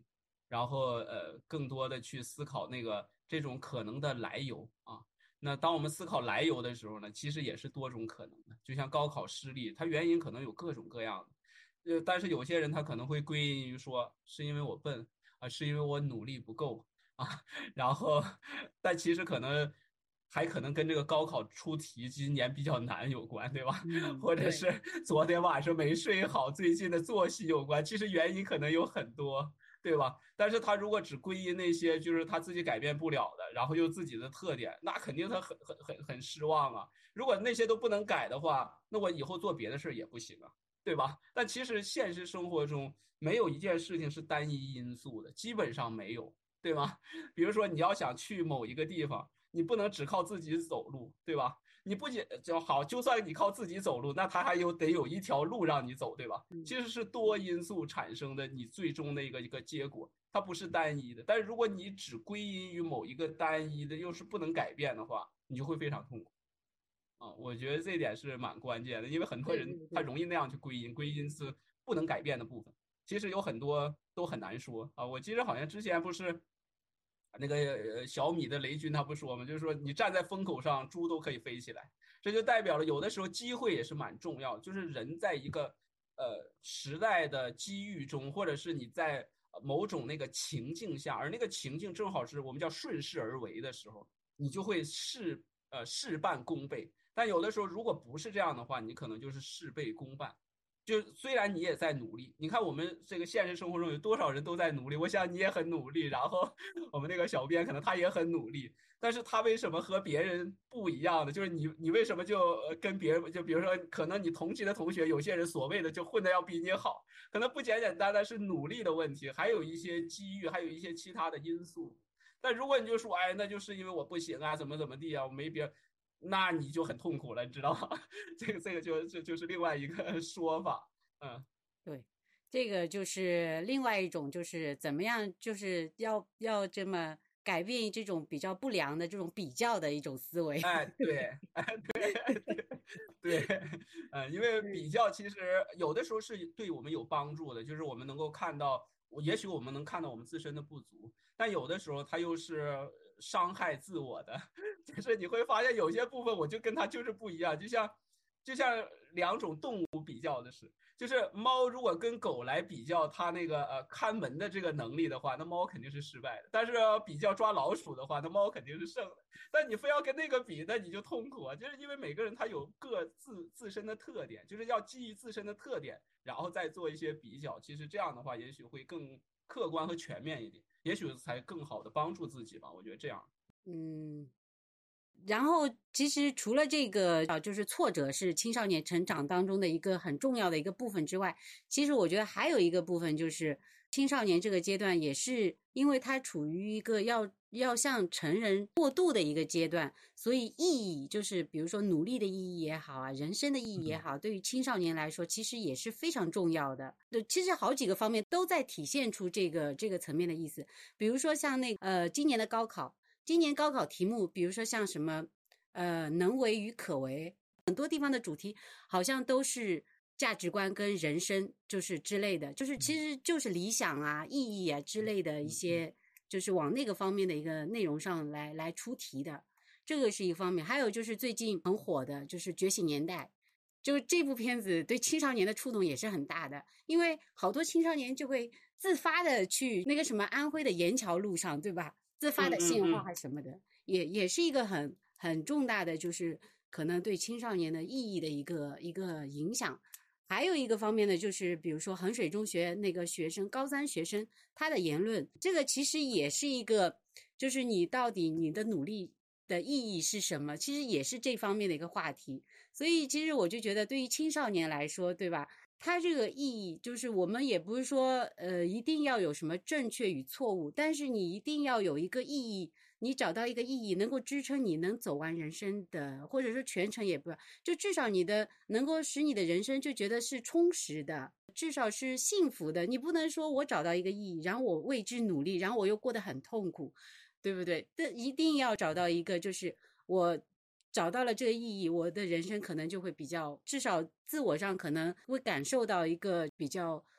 然后呃更多的去思考那个这种可能的来由啊。那当我们思考来由的时候呢，其实也是多种可能的。就像高考失利，它原因可能有各种各样的，呃，但是有些人他可能会归因于说是因为我笨啊，是因为我努力不够啊，然后但其实可能还可能跟这个高考出题今年比较难有关，对吧？ 嗯， 或者是昨天晚上没睡好，最近的作息有关。其实原因可能有很多，对吧？但是他如果只归因那些就是他自己改变不了的，然后又自己的特点，那肯定他很很很很失望啊。如果那些都不能改的话，那我以后做别的事也不行啊，对吧？但其实现实生活中没有一件事情是单一因素的，基本上没有，对吗？比如说你要想去某一个地方，你不能只靠自己走路，对吧？你不仅就好，就算你靠自己走路，那它还有得有一条路让你走，对吧？其实是多因素产生的你最终的一个一个结果，它不是单一的。但是如果你只归因于某一个单一的，又是不能改变的话，你就会非常痛苦啊。我觉得这一点是蛮关键的，因为很多人他容易那样去归因，归因是不能改变的部分。其实有很多都很难说啊。我记得好像之前不是。那个小米的雷军他不说吗？就是说你站在风口上，猪都可以飞起来。这就代表了有的时候机会也是蛮重要的，就是人在一个呃时代的机遇中，或者是你在某种那个情境下，而那个情境正好是我们叫顺势而为的时候，你就会事呃事半功倍。但有的时候如果不是这样的话，你可能就是事倍功半。就虽然你也在努力，你看我们这个现实生活中有多少人都在努力，我想你也很努力，然后我们那个小编可能他也很努力，但是他为什么和别人不一样的？就是你你为什么就跟别人就比如说可能你同级的同学，有些人所谓的就混得要比你好，可能不简简单单是努力的问题，还有一些机遇，还有一些其他的因素。但如果你就说哎，那就是因为我不行啊，怎么怎么地啊，我没别。那你就很痛苦了，你知道吗？这个这个就这就是另外一个说法，嗯， 对，这个就是另外一种，就是怎么样，就是要要这么改变这种比较不良的这种比较的一种思维。 哎，对，哎，对，对，对，嗯，因为比较其实有的时候是对我们有帮助的，就是我们能够看到，也许我们能看到我们自身的不足，但有的时候它又是伤害自我的，就是你会发现有些部分我就跟它就是不一样，就像就像两种动物比较的是。就是猫如果跟狗来比较它那个呃看门的这个能力的话，那猫肯定是失败的。但是比较抓老鼠的话，那猫肯定是胜的。但你非要跟那个比，那你就痛苦啊！就是因为每个人他有各自自身的特点，就是要基于自身的特点，然后再做一些比较。其实这样的话，也许会更客观和全面一点，也许才更好的帮助自己吧。我觉得这样。 嗯。然后，其实除了这个啊，就是挫折是青少年成长当中的一个很重要的一个部分之外，其实我觉得还有一个部分就是青少年这个阶段也是因为他处于一个要要向成人过渡的一个阶段，所以意义就是比如说努力的意义也好啊，人生的意义也好，对于青少年来说其实也是非常重要的。其实好几个方面都在体现出这个这个层面的意思，比如说像那呃今年的高考。今年高考题目，比如说像什么，呃，能为与可为，很多地方的主题好像都是价值观跟人生，就是之类的，就是其实就是理想啊、意义啊之类的一些，就是往那个方面的一个内容上来来出题的，这个是一方面。还有就是最近很火的，就是《觉醒年代》，就这部片子对青少年的触动也是很大的，因为好多青少年就会自发的去那个什么安徽的盐桥路上，对吧？自发的信号还什么的，嗯嗯嗯也也是一个很很重大的，就是可能对青少年的意义的一个一个影响。还有一个方面呢，就是比如说衡水中学那个学生，高三学生他的言论，这个其实也是一个，就是你到底你的努力的意义是什么？其实也是这方面的一个话题。所以其实我就觉得，对于青少年来说，对吧？它这个意义就是我们也不是说呃一定要有什么正确与错误，但是你一定要有一个意义，你找到一个意义能够支撑你能走完人生的，或者说全程也不就至少你的能够使你的人生就觉得是充实的，至少是幸福的。你不能说我找到一个意义，然后我为之努力，然后我又过得很痛苦，对不对？这一定要找到一个就是我找到了这个意义，我的人生可能就会比较，至少自我上可能会感受到一个比较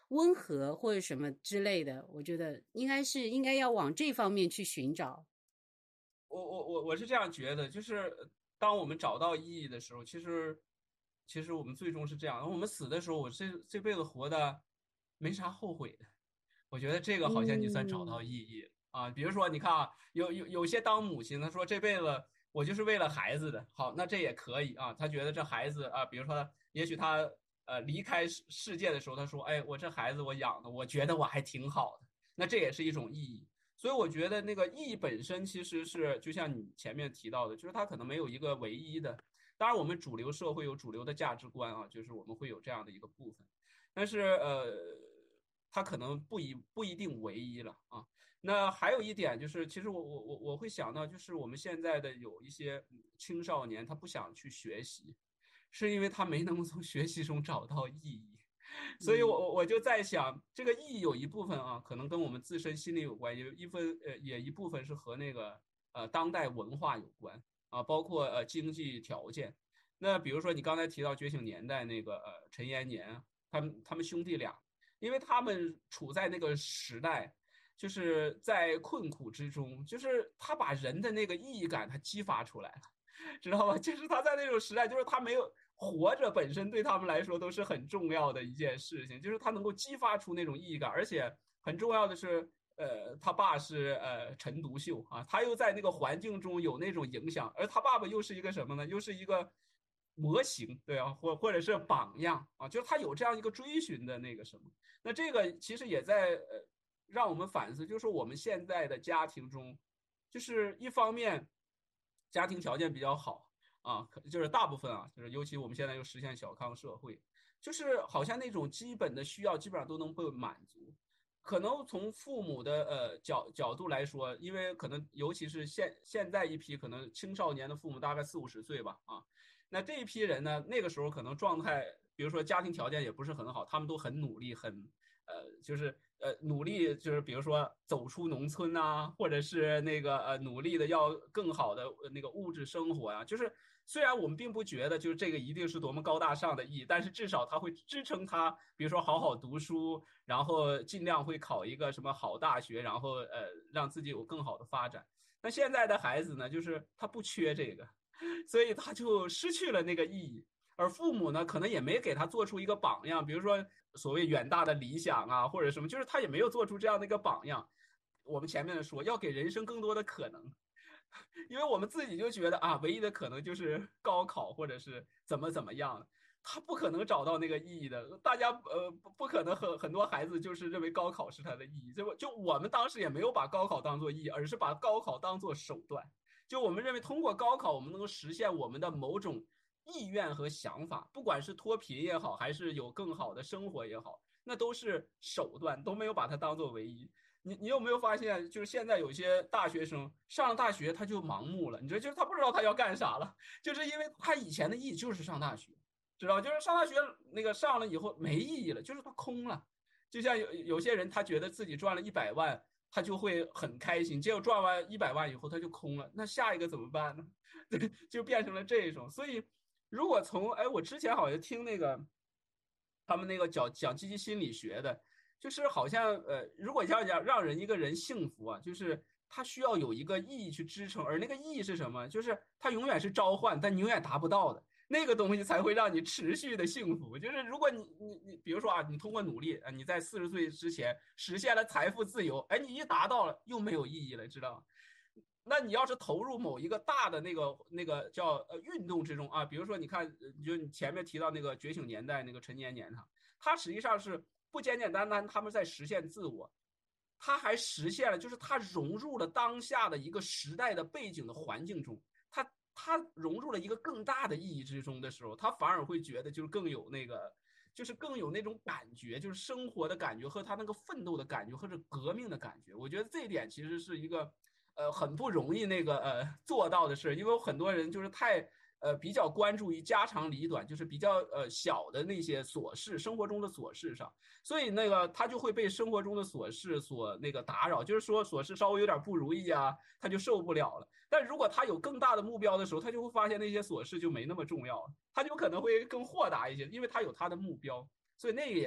温和或者什么之类的，我觉得应该是应该要往这方面去寻找。 我我我我是这样觉得，就是当我们找到意义的时候，其实其实我们最终是这样。我们死的时候，我这这辈子活的没啥后悔的。我觉得这个好像你算找到嗯意义了啊。比如说，你看啊，有有有些当母亲，他说这辈子我就是为了孩子的，好，那这也可以啊。他觉得这孩子啊，比如说，也许他呃离开世世界的时候，他说，哎，我这孩子我养的，我觉得我还挺好的，那这也是一种意义。所以我觉得那个意义本身其实是，就像你前面提到的，就是它可能没有一个唯一的。当然，我们主流社会有主流的价值观啊，就是我们会有这样的一个部分，但是呃，它可能不一不一定唯一了啊。那还有一点就是，其实我我我我会想到，就是我们现在的有一些青少年，他不想去学习，是因为他没能从学习中找到意义。所以我，我我就在想，这个意义有一部分啊，可能跟我们自身心理有关，有一分呃，也一部分是和那个呃当代文化有关啊，包括呃经济条件。那比如说你刚才提到《觉醒年代》那个呃陈延年，他们他们兄弟俩，因为他们处在那个时代，就是在困苦之中，就是他把人的那个意义感他激发出来了。知道吧？就是他在那种时代，就是他没有活着本身对他们来说都是很重要的一件事情，就是他能够激发出那种意义感，而且很重要的是，呃，他爸是呃陈独秀啊，他又在那个环境中有那种影响，而他爸爸又是一个什么呢？又是一个模型，对啊，或或者是榜样啊，就是他有这样一个追寻的那个什么。那这个其实也在呃让我们反思，就是我们现在的家庭中，就是一方面。家庭条件比较好啊，就是大部分啊，就是尤其我们现在又实现小康社会，就是好像那种基本的需要基本上都能被满足。可能从父母的呃角角度来说，因为可能尤其是现现在一批可能青少年的父母大概四五十岁吧啊，那这一批人呢，那个时候可能状态，比如说家庭条件也不是很好，他们都很努力，很呃就是呃努力，就是比如说走出农村啊，或者是那个呃努力的要更好的那个物质生活啊，就是虽然我们并不觉得就是这个一定是多么高大上的意义，但是至少它会支撑他，比如说好好读书，然后尽量会考一个什么好大学，然后呃让自己有更好的发展。那现在的孩子呢，就是他不缺这个，所以他就失去了那个意义。而父母呢，可能也没给他做出一个榜样，比如说所谓远大的理想啊，或者什么，就是他也没有做出这样的一个榜样。我们前面说要给人生更多的可能，因为我们自己就觉得啊，唯一的可能就是高考或者是怎么怎么样，他不可能找到那个意义的。大家呃不不可能很很多孩子就是认为高考是他的意义，就就我们当时也没有把高考当做意义，而是把高考当做手段。就我们认为通过高考，我们能够实现我们的某种意愿和想法，不管是脱贫也好，还是有更好的生活也好，那都是手段，都没有把它当做唯一。你你有没有发现，就是现在有些大学生上了大学他就盲目了，你知道，就是他不知道他要干啥了，就是因为他以前的意义就是上大学，知道，就是上大学那个上了以后没意义了，就是他空了。就像有有些人他觉得自己赚了一百万，他就会很开心，结果赚完一百万以后他就空了，那下一个怎么办呢？就变成了这种。所以如果从哎，我之前好像听那个他们那个讲讲积极心理学的，就是好像呃，如果要讲让人一个人幸福啊，就是他需要有一个意义去支撑，而那个意义是什么？就是他永远是召唤，但你永远达不到的那个东西才会让你持续的幸福。就是如果你你你，比如说啊，你通过努力啊，你在四十岁之前实现了财富自由，哎，你一达到了又没有意义了，知道吗？那你要是投入某一个大的那个那个叫呃运动之中啊，比如说你看，就你前面提到那个觉醒年代那个陈年年他，他实际上是不简简单单他们在实现自我，他还实现了就是他融入了当下的一个时代的背景的环境中，他他融入了一个更大的意义之中的时候，他反而会觉得就是更有那个。就是更有那种感觉，就是生活的感觉和他那个奋斗的感觉，或者革命的感觉。我觉得这一点其实是一个呃，很不容易那个呃做到的事，因为有很多人就是太呃比较关注于家长里短，就是比较呃小的那些琐事，生活中的琐事上，所以那个他就会被生活中的琐事所那个打扰，就是说琐事稍微有点不如意啊，他就受不了了。但如果他有更大的目标的时候，他就会发现那些琐事就没那么重要了，他就可能会更豁达一些，因为他有他的目标，所以那个也是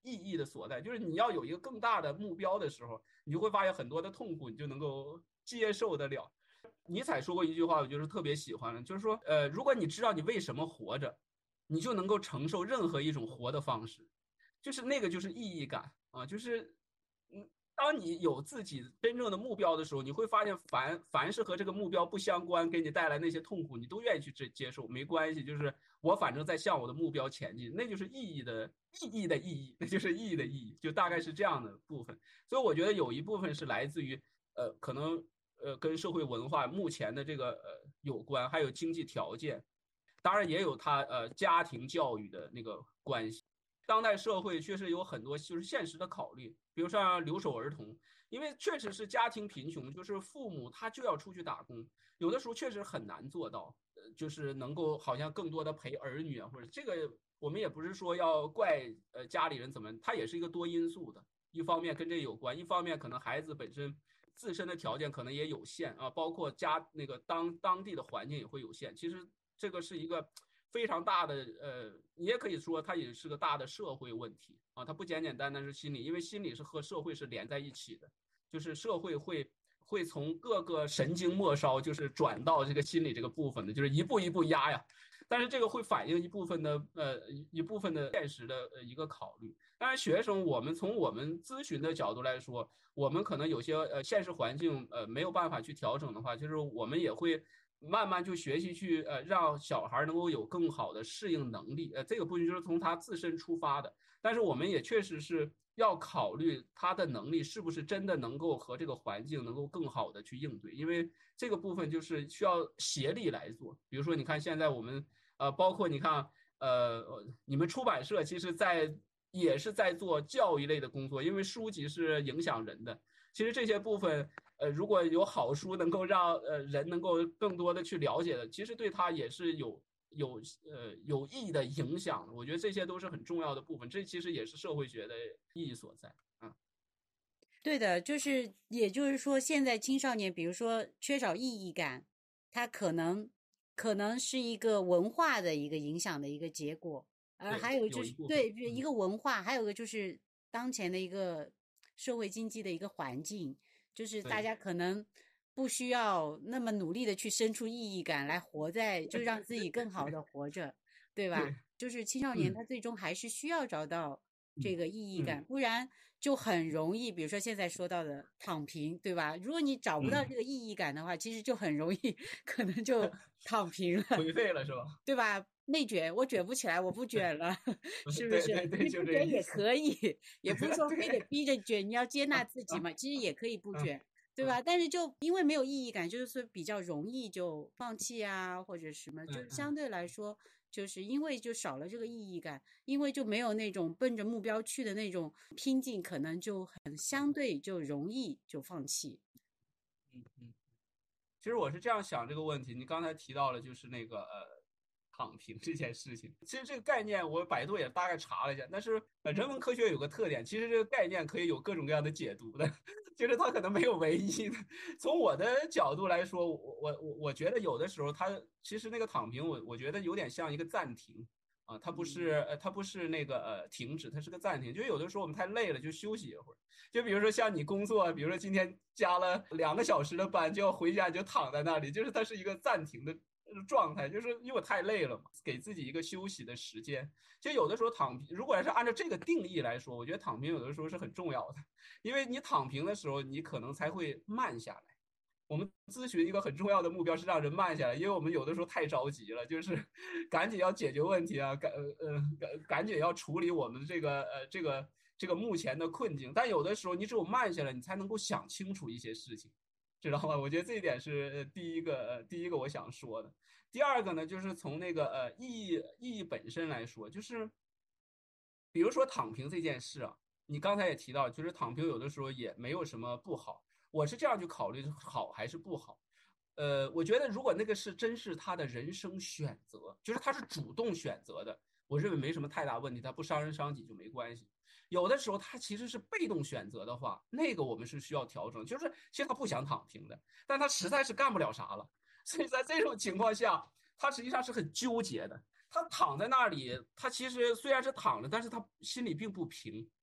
意义的所在，就是你要有一个更大的目标的时候，你就会发现很多的痛苦你就能够接受得了。尼采说过一句话，我就是特别喜欢的，就是说，呃，如果你知道你为什么活着，你就能够承受任何一种活的方式，就是那个就是意义感啊，就是，嗯，当你有自己真正的目标的时候，你会发现凡凡是和这个目标不相关，给你带来那些痛苦，你都愿意去接接受，没关系，就是我反正在向我的目标前进，那就是意义的意义的意义，那就是意义的意义，就大概是这样的部分。所以我觉得有一部分是来自于，呃，可能呃跟社会文化目前的这个呃有关，还有经济条件，当然也有他呃家庭教育的那个关系。当代社会确实有很多就是现实的考虑，比如说留守儿童，因为确实是家庭贫穷，就是父母他就要出去打工，有的时候确实很难做到，呃，就是能够好像更多的陪儿女啊，或者这个我们也不是说要怪呃家里人怎么，他也是一个多因素的，一方面跟这有关，一方面可能孩子本身自身的条件可能也有限啊，包括家那个当当地的环境也会有限，其实这个是一个非常大的，呃，你也可以说它也是个大的社会问题啊，它不简简单单是心理，因为心理是和社会是连在一起的，就是社会会会从各个神经末梢就是转到这个心理这个部分的，就是一步一步压呀。但是这个会反映一部分的呃一部分的现实的一个考虑。当然，学生我们从我们咨询的角度来说，我们可能有些呃现实环境呃没有办法去调整的话，就是我们也会慢慢就学习去呃让小孩能够有更好的适应能力，呃这个部分就是从他自身出发的，但是我们也确实是要考虑他的能力是不是真的能够和这个环境能够更好的去应对，因为这个部分就是需要协力来做。比如说你看现在我们呃包括你看呃你们出版社其实在也是在做教育类的工作，因为书籍是影响人的，其实这些部分呃，如果有好书能够让呃人能够更多的去了解的，其实对他也是有有呃有益的影响的。我觉得这些都是很重要的部分，这其实也是社会学的意义所在。嗯， 对的，就是也就是说，现在青少年，比如说缺少意义感，他可能可能是一个文化的一个影响的一个结果，而还有就是对一个文化，还有一个就是当前的一个社会经济的一个环境。就是大家可能不需要那么努力的去生出意义感来活在，就让自己更好的活着，对吧？就是青少年他最终还是需要找到这个意义感，不然就很容易，比如说现在说到的躺平，对吧？如果你找不到这个意义感的话，其实就很容易可能就躺平了， 颓废了是吧？ 对吧？内卷，我卷不起来，我不卷了，是不是？ 对对对， 你不卷也可以，也不是说非得逼着卷，你要接纳自己嘛，其实也可以不卷。对吧？但是就因为没有意义感，就是比较容易就放弃啊，或者什么，就是相对来说，就是因为就少了这个意义感，因为就没有那种奔着目标去的那种拼劲，可能就很相对就容易就放弃。 嗯嗯，其实我是这样想这个问题，你刚才提到了就是那个呃。躺平这件事情，其实这个概念我百度也大概查了一下，但是呃人文科学有个特点，其实这个概念可以有各种各样的解读的，就是它可能没有唯一的。从我的角度来说，我我我我觉得有的时候它其实那个躺平，我我觉得有点像一个暂停啊，它不是呃它不是那个呃停止，它是个暂停。就有的时候我们太累了，就休息一会儿。就比如说像你工作，比如说今天加了两个小时的班，就要回家就躺在那里，就是它是一个暂停的状态，就是因为我太累了嘛，给自己一个休息的时间。其实有的时候躺平，如果要是按照这个定义来说，我觉得躺平有的时候是很重要的，因为你躺平的时候，你可能才会慢下来。我们咨询一个很重要的目标是让人慢下来，因为我们有的时候太着急了，就是赶紧要解决问题啊，赶呃赶赶紧要处理我们这个呃这个这个目前的困境。但有的时候你只有慢下来，你才能够想清楚一些事情。知道吗？我觉得这一点是第一个，呃，第一个我想说的。第二个呢，就是从那个呃意义意义本身来说，就是比如说躺平这件事啊，你刚才也提到，就是躺平有的时候也没有什么不好。我是这样去考虑好还是不好。呃，我觉得如果那个是真是他的人生选择，就是他是主动选择的，我认为没什么太大问题，他不伤人伤己就没关系。有的时候他其实是被动选择的话，那个我们是需要调整，就是其实他不想躺平的，但他实在是干不了啥了，所以在这种情况下，他实际上是很纠结的。他躺在那里，他其实虽然是躺着，但是他心里并不平，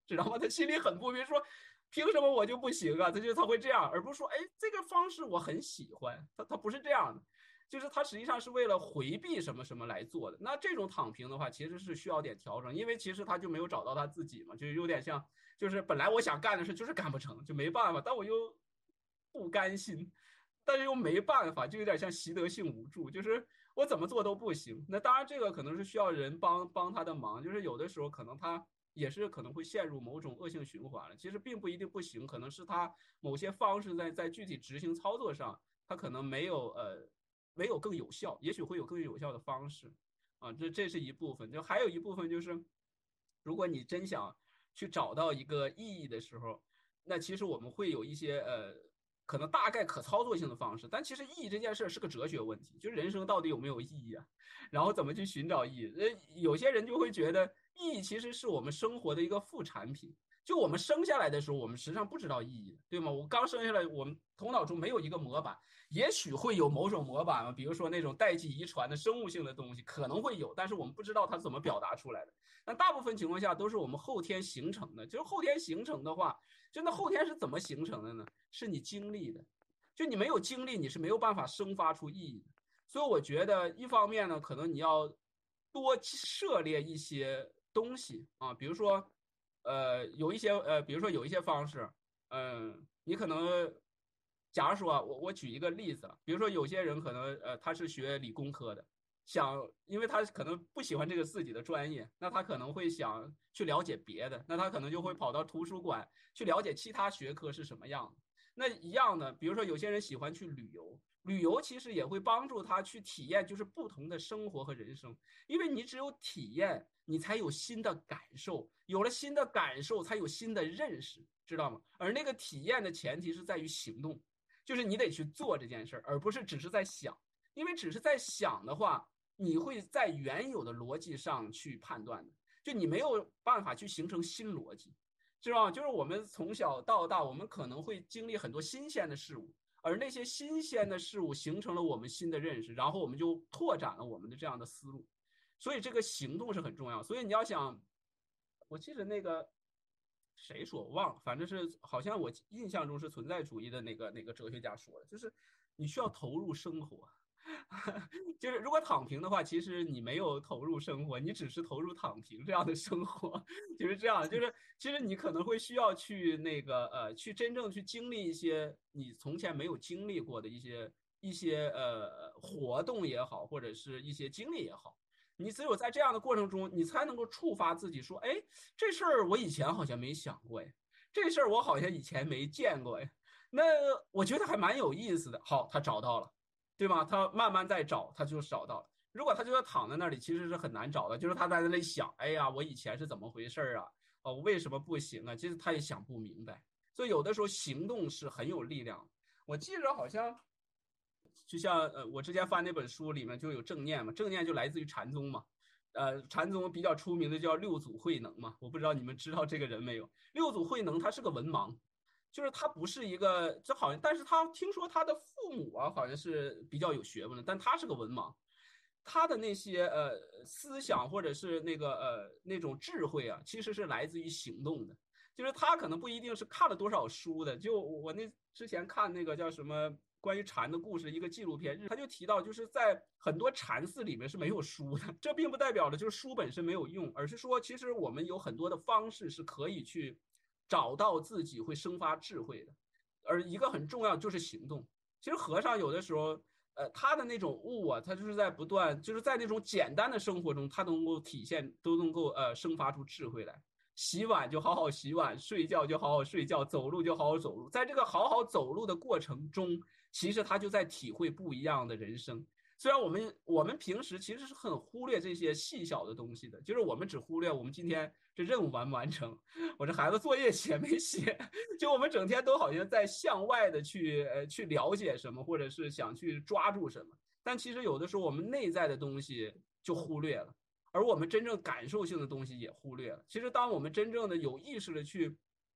知道吗？他心里很不平，说凭什么我就不行啊？他就他会这样，而不是说，哎，这个方式我很喜欢，他他不是这样的，就是他实际上是为了回避什么什么来做的。那这种躺平的话，其实是需要点调整，因为其实他就没有找到他自己嘛，就有点像，就是本来我想干的事就是干不成，就没办法，但我又不甘心，但是又没办法，就有点像习得性无助，就是我怎么做都不行。那当然，这个可能是需要人帮帮他的忙，就是有的时候可能他也是可能会陷入某种恶性循环了。其实并不一定不行，可能是他某些方式在在具体执行操作上，他可能没有呃没有更有效，也许会有更有效的方式啊。这这是一部分，就还有一部分就是，如果你真想去找到一个意义的时候，那其实我们会有一些呃。可能大概可操作性的方式，但其实意义这件事是个哲学问题，就是人生到底有没有意义啊？然后怎么去寻找意义？呃，有些人就会觉得意义其实是我们生活的一个副产品。就我们生下来的时候，我们实际上不知道意义，对吗？我刚生下来，我们头脑中没有一个模板，也许会有某种模板嘛，比如说那种代际遗传的生物性的东西可能会有，但是我们不知道它怎么表达出来的。那大部分情况下都是我们后天形成的。就是后天形成的话，就那后天是怎么形成的呢？是你经历的，就你没有经历，你是没有办法生发出意义的。所以我觉得，一方面呢，可能你要多涉猎一些东西啊，比如说，呃，有一些呃，比如说有一些方式，嗯、呃，你可能，假如说我我举一个例子，比如说有些人可能呃他是学理工科的，想，因为他可能不喜欢这个自己的专业，那他可能会想去了解别的，那他可能就会跑到图书馆去了解其他学科是什么样的。那一样的，比如说有些人喜欢去旅游，旅游其实也会帮助他去体验就是不同的生活和人生，因为你只有体验，你才有新的感受，有了新的感受，才有新的认识，知道吗？而那个体验的前提是在于行动，就是你得去做这件事，而不是只是在想，因为只是在想的话，你会在原有的逻辑上去判断的，就你没有办法去形成新逻辑。知道吗？就是我们从小到大，我们可能会经历很多新鲜的事物，而那些新鲜的事物形成了我们新的认识，然后我们就拓展了我们的这样的思路。所以这个行动是很重要。所以你要想，我记得那个谁说，我忘了，反正是好像我印象中是存在主义的那个那个哲学家说的，就是你需要投入生活。就是如果躺平的话，其实你没有投入生活，你只是投入躺平这样的生活，就是这样。就是其实你可能会需要去那个呃，去真正去经历一些你从前没有经历过的一些一些呃活动也好，或者是一些经历也好。你只有在这样的过程中，你才能够触发自己说，哎，这事儿我以前好像没想过哎，这事儿我好像以前没见过哎，那我觉得还蛮有意思的。好，他找到了。对吗？他慢慢在找，他就找到了。如果他就要躺在那里，其实是很难找的。就是他在那里想，哎呀，我以前是怎么回事啊？哦，为什么不行啊？其实他也想不明白。所以有的时候行动是很有力量。我记着好像，就像呃，我之前翻那本书里面就有正念嘛，正念就来自于禅宗嘛。呃，禅宗比较出名的叫六祖慧能嘛，我不知道你们知道这个人没有？六祖慧能他是个文盲。就是他不是一个，这好像，但是他听说他的父母啊，好像是比较有学问的，但他是个文盲，他的那些呃思想或者是那个呃那种智慧啊，其实是来自于行动的，就是他可能不一定是看了多少书的，就我那之前看那个叫什么关于禅的故事一个纪录片，他就提到就是在很多禅寺里面是没有书的，这并不代表的就是书本身没有用，而是说其实我们有很多的方式是可以去找到自己会生发智慧的，而一个很重要就是行动。其实和尚有的时候，呃，他的那种悟啊，他就是在不断，就是在那种简单的生活中，他能够体现，都能够呃生发出智慧来。洗碗就好好洗碗，睡觉就好好睡觉，走路就好好走路。在这个好好走路的过程中，其实他就在体会不一样的人生。虽然我们我们平时其实是很忽略这些细小的东西的，就是我们只忽略我们今天这任务完不完成，我这孩子作业写没写，就我们整天都好像在向外的去呃去了解什么，或者是想去抓住什么，但其实有的时候我们内在的东西就忽略了，而我们真正感受性的东西也忽略了。其实当我们真正的有意识的去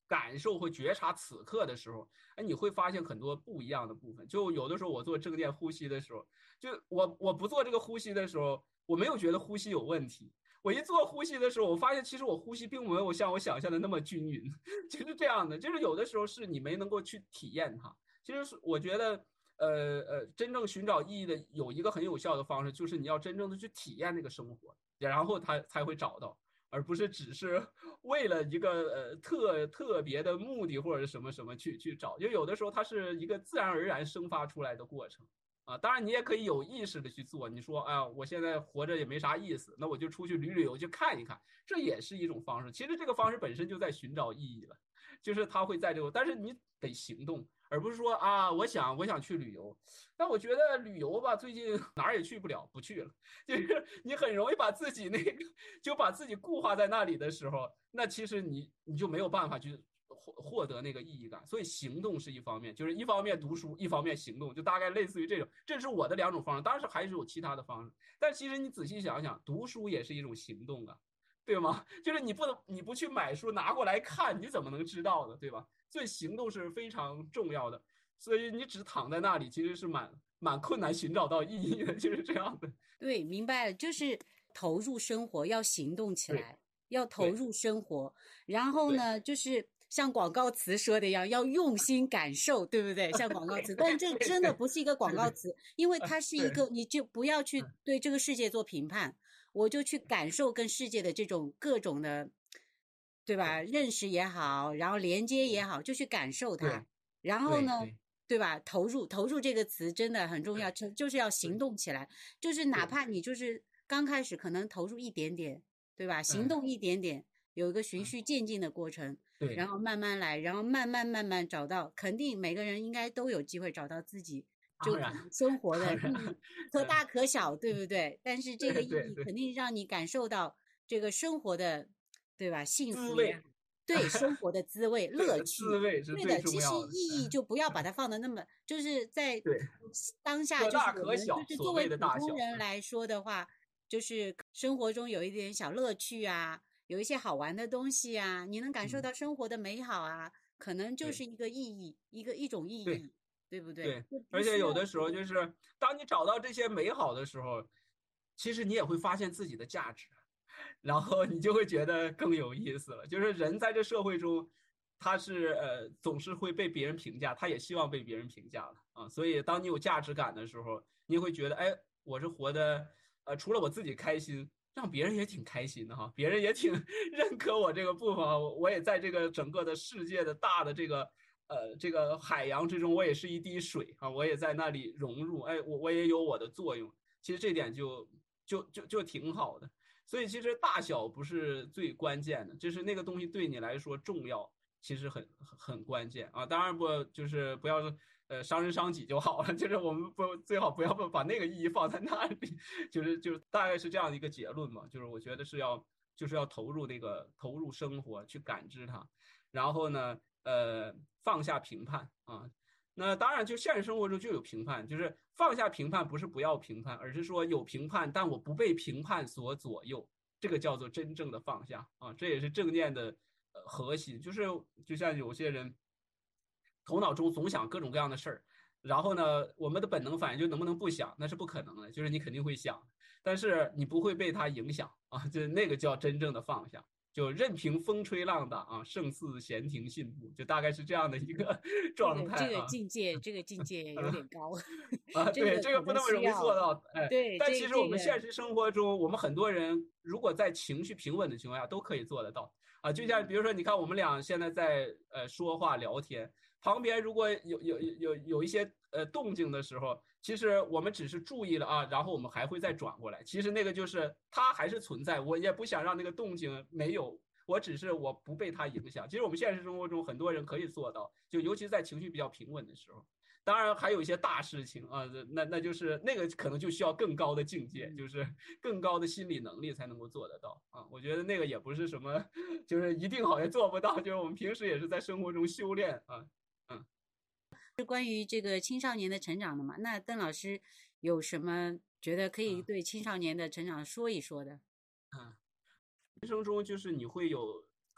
感受或觉察此刻的时候，哎，你会发现很多不一样的部分。就有的时候我做正念呼吸的时候，就我我不做这个呼吸的时候，我没有觉得呼吸有问题。我一做呼吸的时候，我发现其实我呼吸并没有像我想象的那么均匀，就是这样的。就是有的时候是你没能够去体验它。其实是我觉得。呃呃，真正寻找意义的有一个很有效的方式，就是你要真正的去体验那个生活，然后他才会找到，而不是只是为了一个呃特特别的目的或者什么什么去去找。就有的时候它是一个自然而然生发出来的过程啊。当然你也可以有意识的去做，你说啊，我现在活着也没啥意思，那我就出去旅旅游去看一看，这也是一种方式。其实这个方式本身就在寻找意义了，就是它会在这个，但是你得行动。而不是说啊，我想我想去旅游，但我觉得旅游吧，最近哪儿也去不了，不去了。就是你很容易把自己那个，就把自己固化在那里的时候，那其实你你就没有办法去获获得那个意义感。所以行动是一方面，就是一方面读书，一方面行动，就大概类似于这种。这是我的两种方式，当然还是有其他的方式。但其实你仔细想想，读书也是一种行动啊，对吗？就是你不能你不去买书拿过来看，你怎么能知道呢？对吧？所以行动是非常重要的，所以你只躺在那里，其实是蛮蛮困难寻找到意义的，就是这样的。 对，明白了，就是投入生活，要行动起来，要投入生活。然后呢，就是像广告词说的一样，要用心感受，对不对？像广告词，但这真的不是一个广告词，因为它是一个，你就不要去对这个世界做评判，我就去感受跟世界的这种各种的。对吧？认识也好，然后连接也好，就去感受它。然后呢， 对, 对, 对吧？投入，投入这个词真的很重要，就是要行动起来。就是哪怕你就是刚开始可能投入一点点，对吧？行动一点点，有一个循序渐进的过程， 对， 然后慢慢来，然后慢慢慢慢找到，肯定每个人应该都有机会找到自己就生活的意义，可大可小，对不对？但是这个意义肯定让你感受到这个生活的。对吧？幸福呀，对生活的滋味、乐趣， 滋味是最重要的。 其实意义就不要把它放的那么，就是在当下，就是我们就是作为普通人来说的话，就是生活中有一点小乐趣啊，有一些好玩的东西啊，你能感受到生活的美好啊，可能就是一个意义，一个一种意义，对不对？ 对，而且有的时候就是当你找到这些美好的时候，其实你也会发现自己的价值。然后你就会觉得更有意思了。就是人在这社会中，他是呃总是会被别人评价，他也希望被别人评价的啊。所以当你有价值感的时候，你会觉得，哎，我是活的，呃，除了我自己开心，让别人也挺开心的哈，别人也挺认可我这个部分啊。我也在这个整个的世界的大的这个呃这个海洋之中，我也是一滴水啊，我也在那里融入，哎，我我也有我的作用。其实这点就就就就挺好的。所以其实大小不是最关键的，就是那个东西对你来说重要，其实很很关键啊。当然不就是不要呃伤人伤己就好了，就是我们不最好不要把那个意义放在那里，就是就大概是这样的一个结论嘛。就是我觉得是要就是要投入那个投入生活去感知它，然后呢呃放下评判啊。那当然，就现实生活中就有评判，就是放下评判，不是不要评判，而是说有评判，但我不被评判所左右，这个叫做真正的放下啊。这也是正念的呃核心，就是就像有些人头脑中总想各种各样的事儿，然后呢，我们的本能反应就能不能不想，那是不可能的，就是你肯定会想，但是你不会被它影响啊，就那个叫真正的放下。就任凭风吹浪打啊，胜似闲庭信步，就大概是这样的一个状态啊。 这个境界，这个境界有点高啊。对，这个不那么容易做到。哎， 对， 但其实我们现实生活中，我们很多人如果在情绪平稳的情况下，都可以做得到啊。就像比如说，你看我们俩现在在呃说话聊天，旁边如果有有有有一些呃动静的时候，其实我们只是注意了啊，然后我们还会再转过来。其实那个就是它还是存在，我也不想让那个动静没有，我只是我不被它影响。其实我们现实生活中很多人可以做到，就尤其在情绪比较平稳的时候。当然还有一些大事情啊，那那就是那个可能就需要更高的境界，就是更高的心理能力才能够做得到啊。我觉得那个也不是什么，就是一定好像做不到，就是我们平时也是在生活中修炼啊。嗯， 是关于这个青少年的成长的嘛？那邓老师有什么觉得可以对青少年的成长说一说的？ 嗯，人生中就是你会有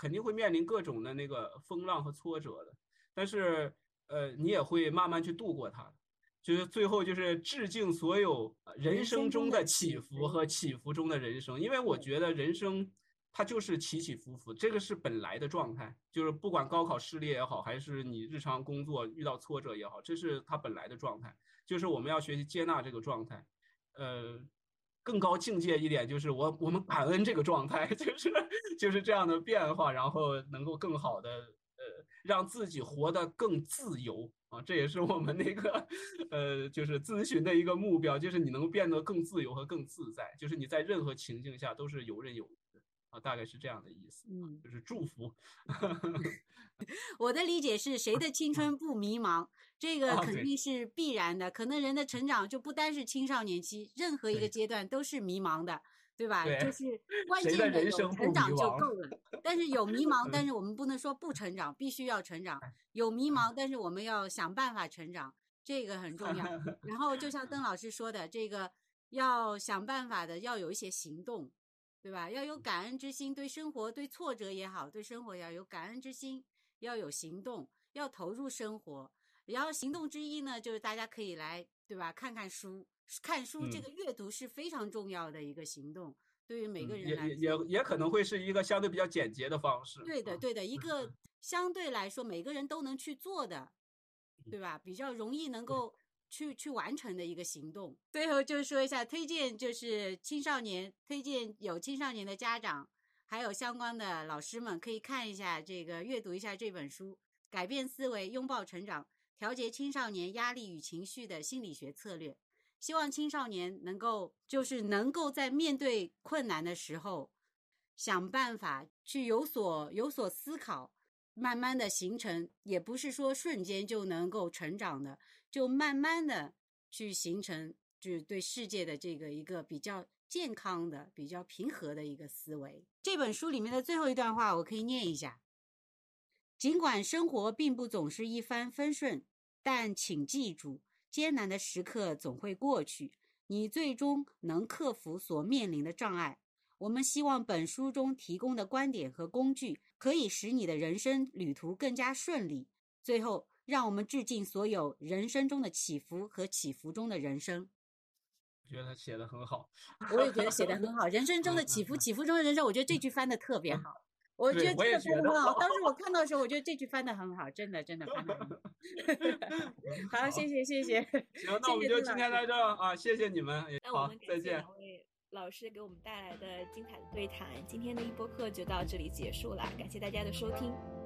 肯定会面临各种的那个风浪和挫折的，但是呃，你也会慢慢去度过它。就是最后就是致敬所有人生中的起伏和起伏中的人生，因为我觉得人生它就是起起伏伏，这个是本来的状态，就是不管高考失利也好，还是你日常工作遇到挫折也好，这是它本来的状态，就是我们要学习接纳这个状态。呃，更高境界一点就是我我们感恩这个状态，就是就是这样的变化，然后能够更好的呃让自己活得更自由。啊，这也是我们那个，呃，就是咨询的一个目标，就是你能变得更自由和更自在，就是你在任何情境下都是游刃有余的啊，大概是这样的意思，嗯，就是祝福。 我的理解是，谁的青春不迷茫？这个肯定是必然的。可能人的成长就不单是青少年期，任何一个阶段都是迷茫的。对吧？ 对， 就是关键的有成长就够了。但是有迷茫，但是我们不能说不成长，必须要成长。有迷茫，但是我们要想办法成长，这个很重要。然后就像邓老师说的，这个要想办法的，要有一些行动，对吧？要有感恩之心，对生活、对挫折也好，对生活要有感恩之心，要有行动，要投入生活。然后行动之一呢，就是大家可以来，对吧？看看书。看书这个阅读是非常重要的一个行动，嗯、对于每个人来说， 也也也可能会是一个相对比较简洁的方式。 对的，对的，一个相对来说每个人都能去做的，对吧？比较容易能够去去完成的一个行动。最后就说一下，推荐就是青少年，推荐有青少年的家长，还有相关的老师们可以看一下这个，阅读一下这本书，改变思维，拥抱成长，调节青少年压力与情绪的心理学策略。希望青少年能够就是能够在面对困难的时候想办法去有所有所思考，慢慢的形成，也不是说瞬间就能够成长的，就慢慢的去形成就是对世界的这个一个比较健康的比较平和的一个思维。这本书里面的最后一段话我可以念一下：尽管生活并不总是一帆风顺，但请记住，艰难的时刻总会过去，你最终能克服所面临的障碍。我们希望本书中提供的观点和工具可以使你的人生旅途更加顺利。最后，让我们致敬所有人生中的起伏和起伏中的人生。 我觉得他写得很好， 我也觉得写得很好。人生中的起伏，起伏中的人生，我觉得这句翻得特别好。我觉得这个翻得很好，当时我看到的时候，我觉得这句翻得很好，真的真的翻得很好。好，谢谢谢谢。 行，那我们就今天在这啊，谢谢你们，好，再见。 两位老师给我们带来的精彩的对谈，今天的一播课就到这里结束了，感谢大家的收听。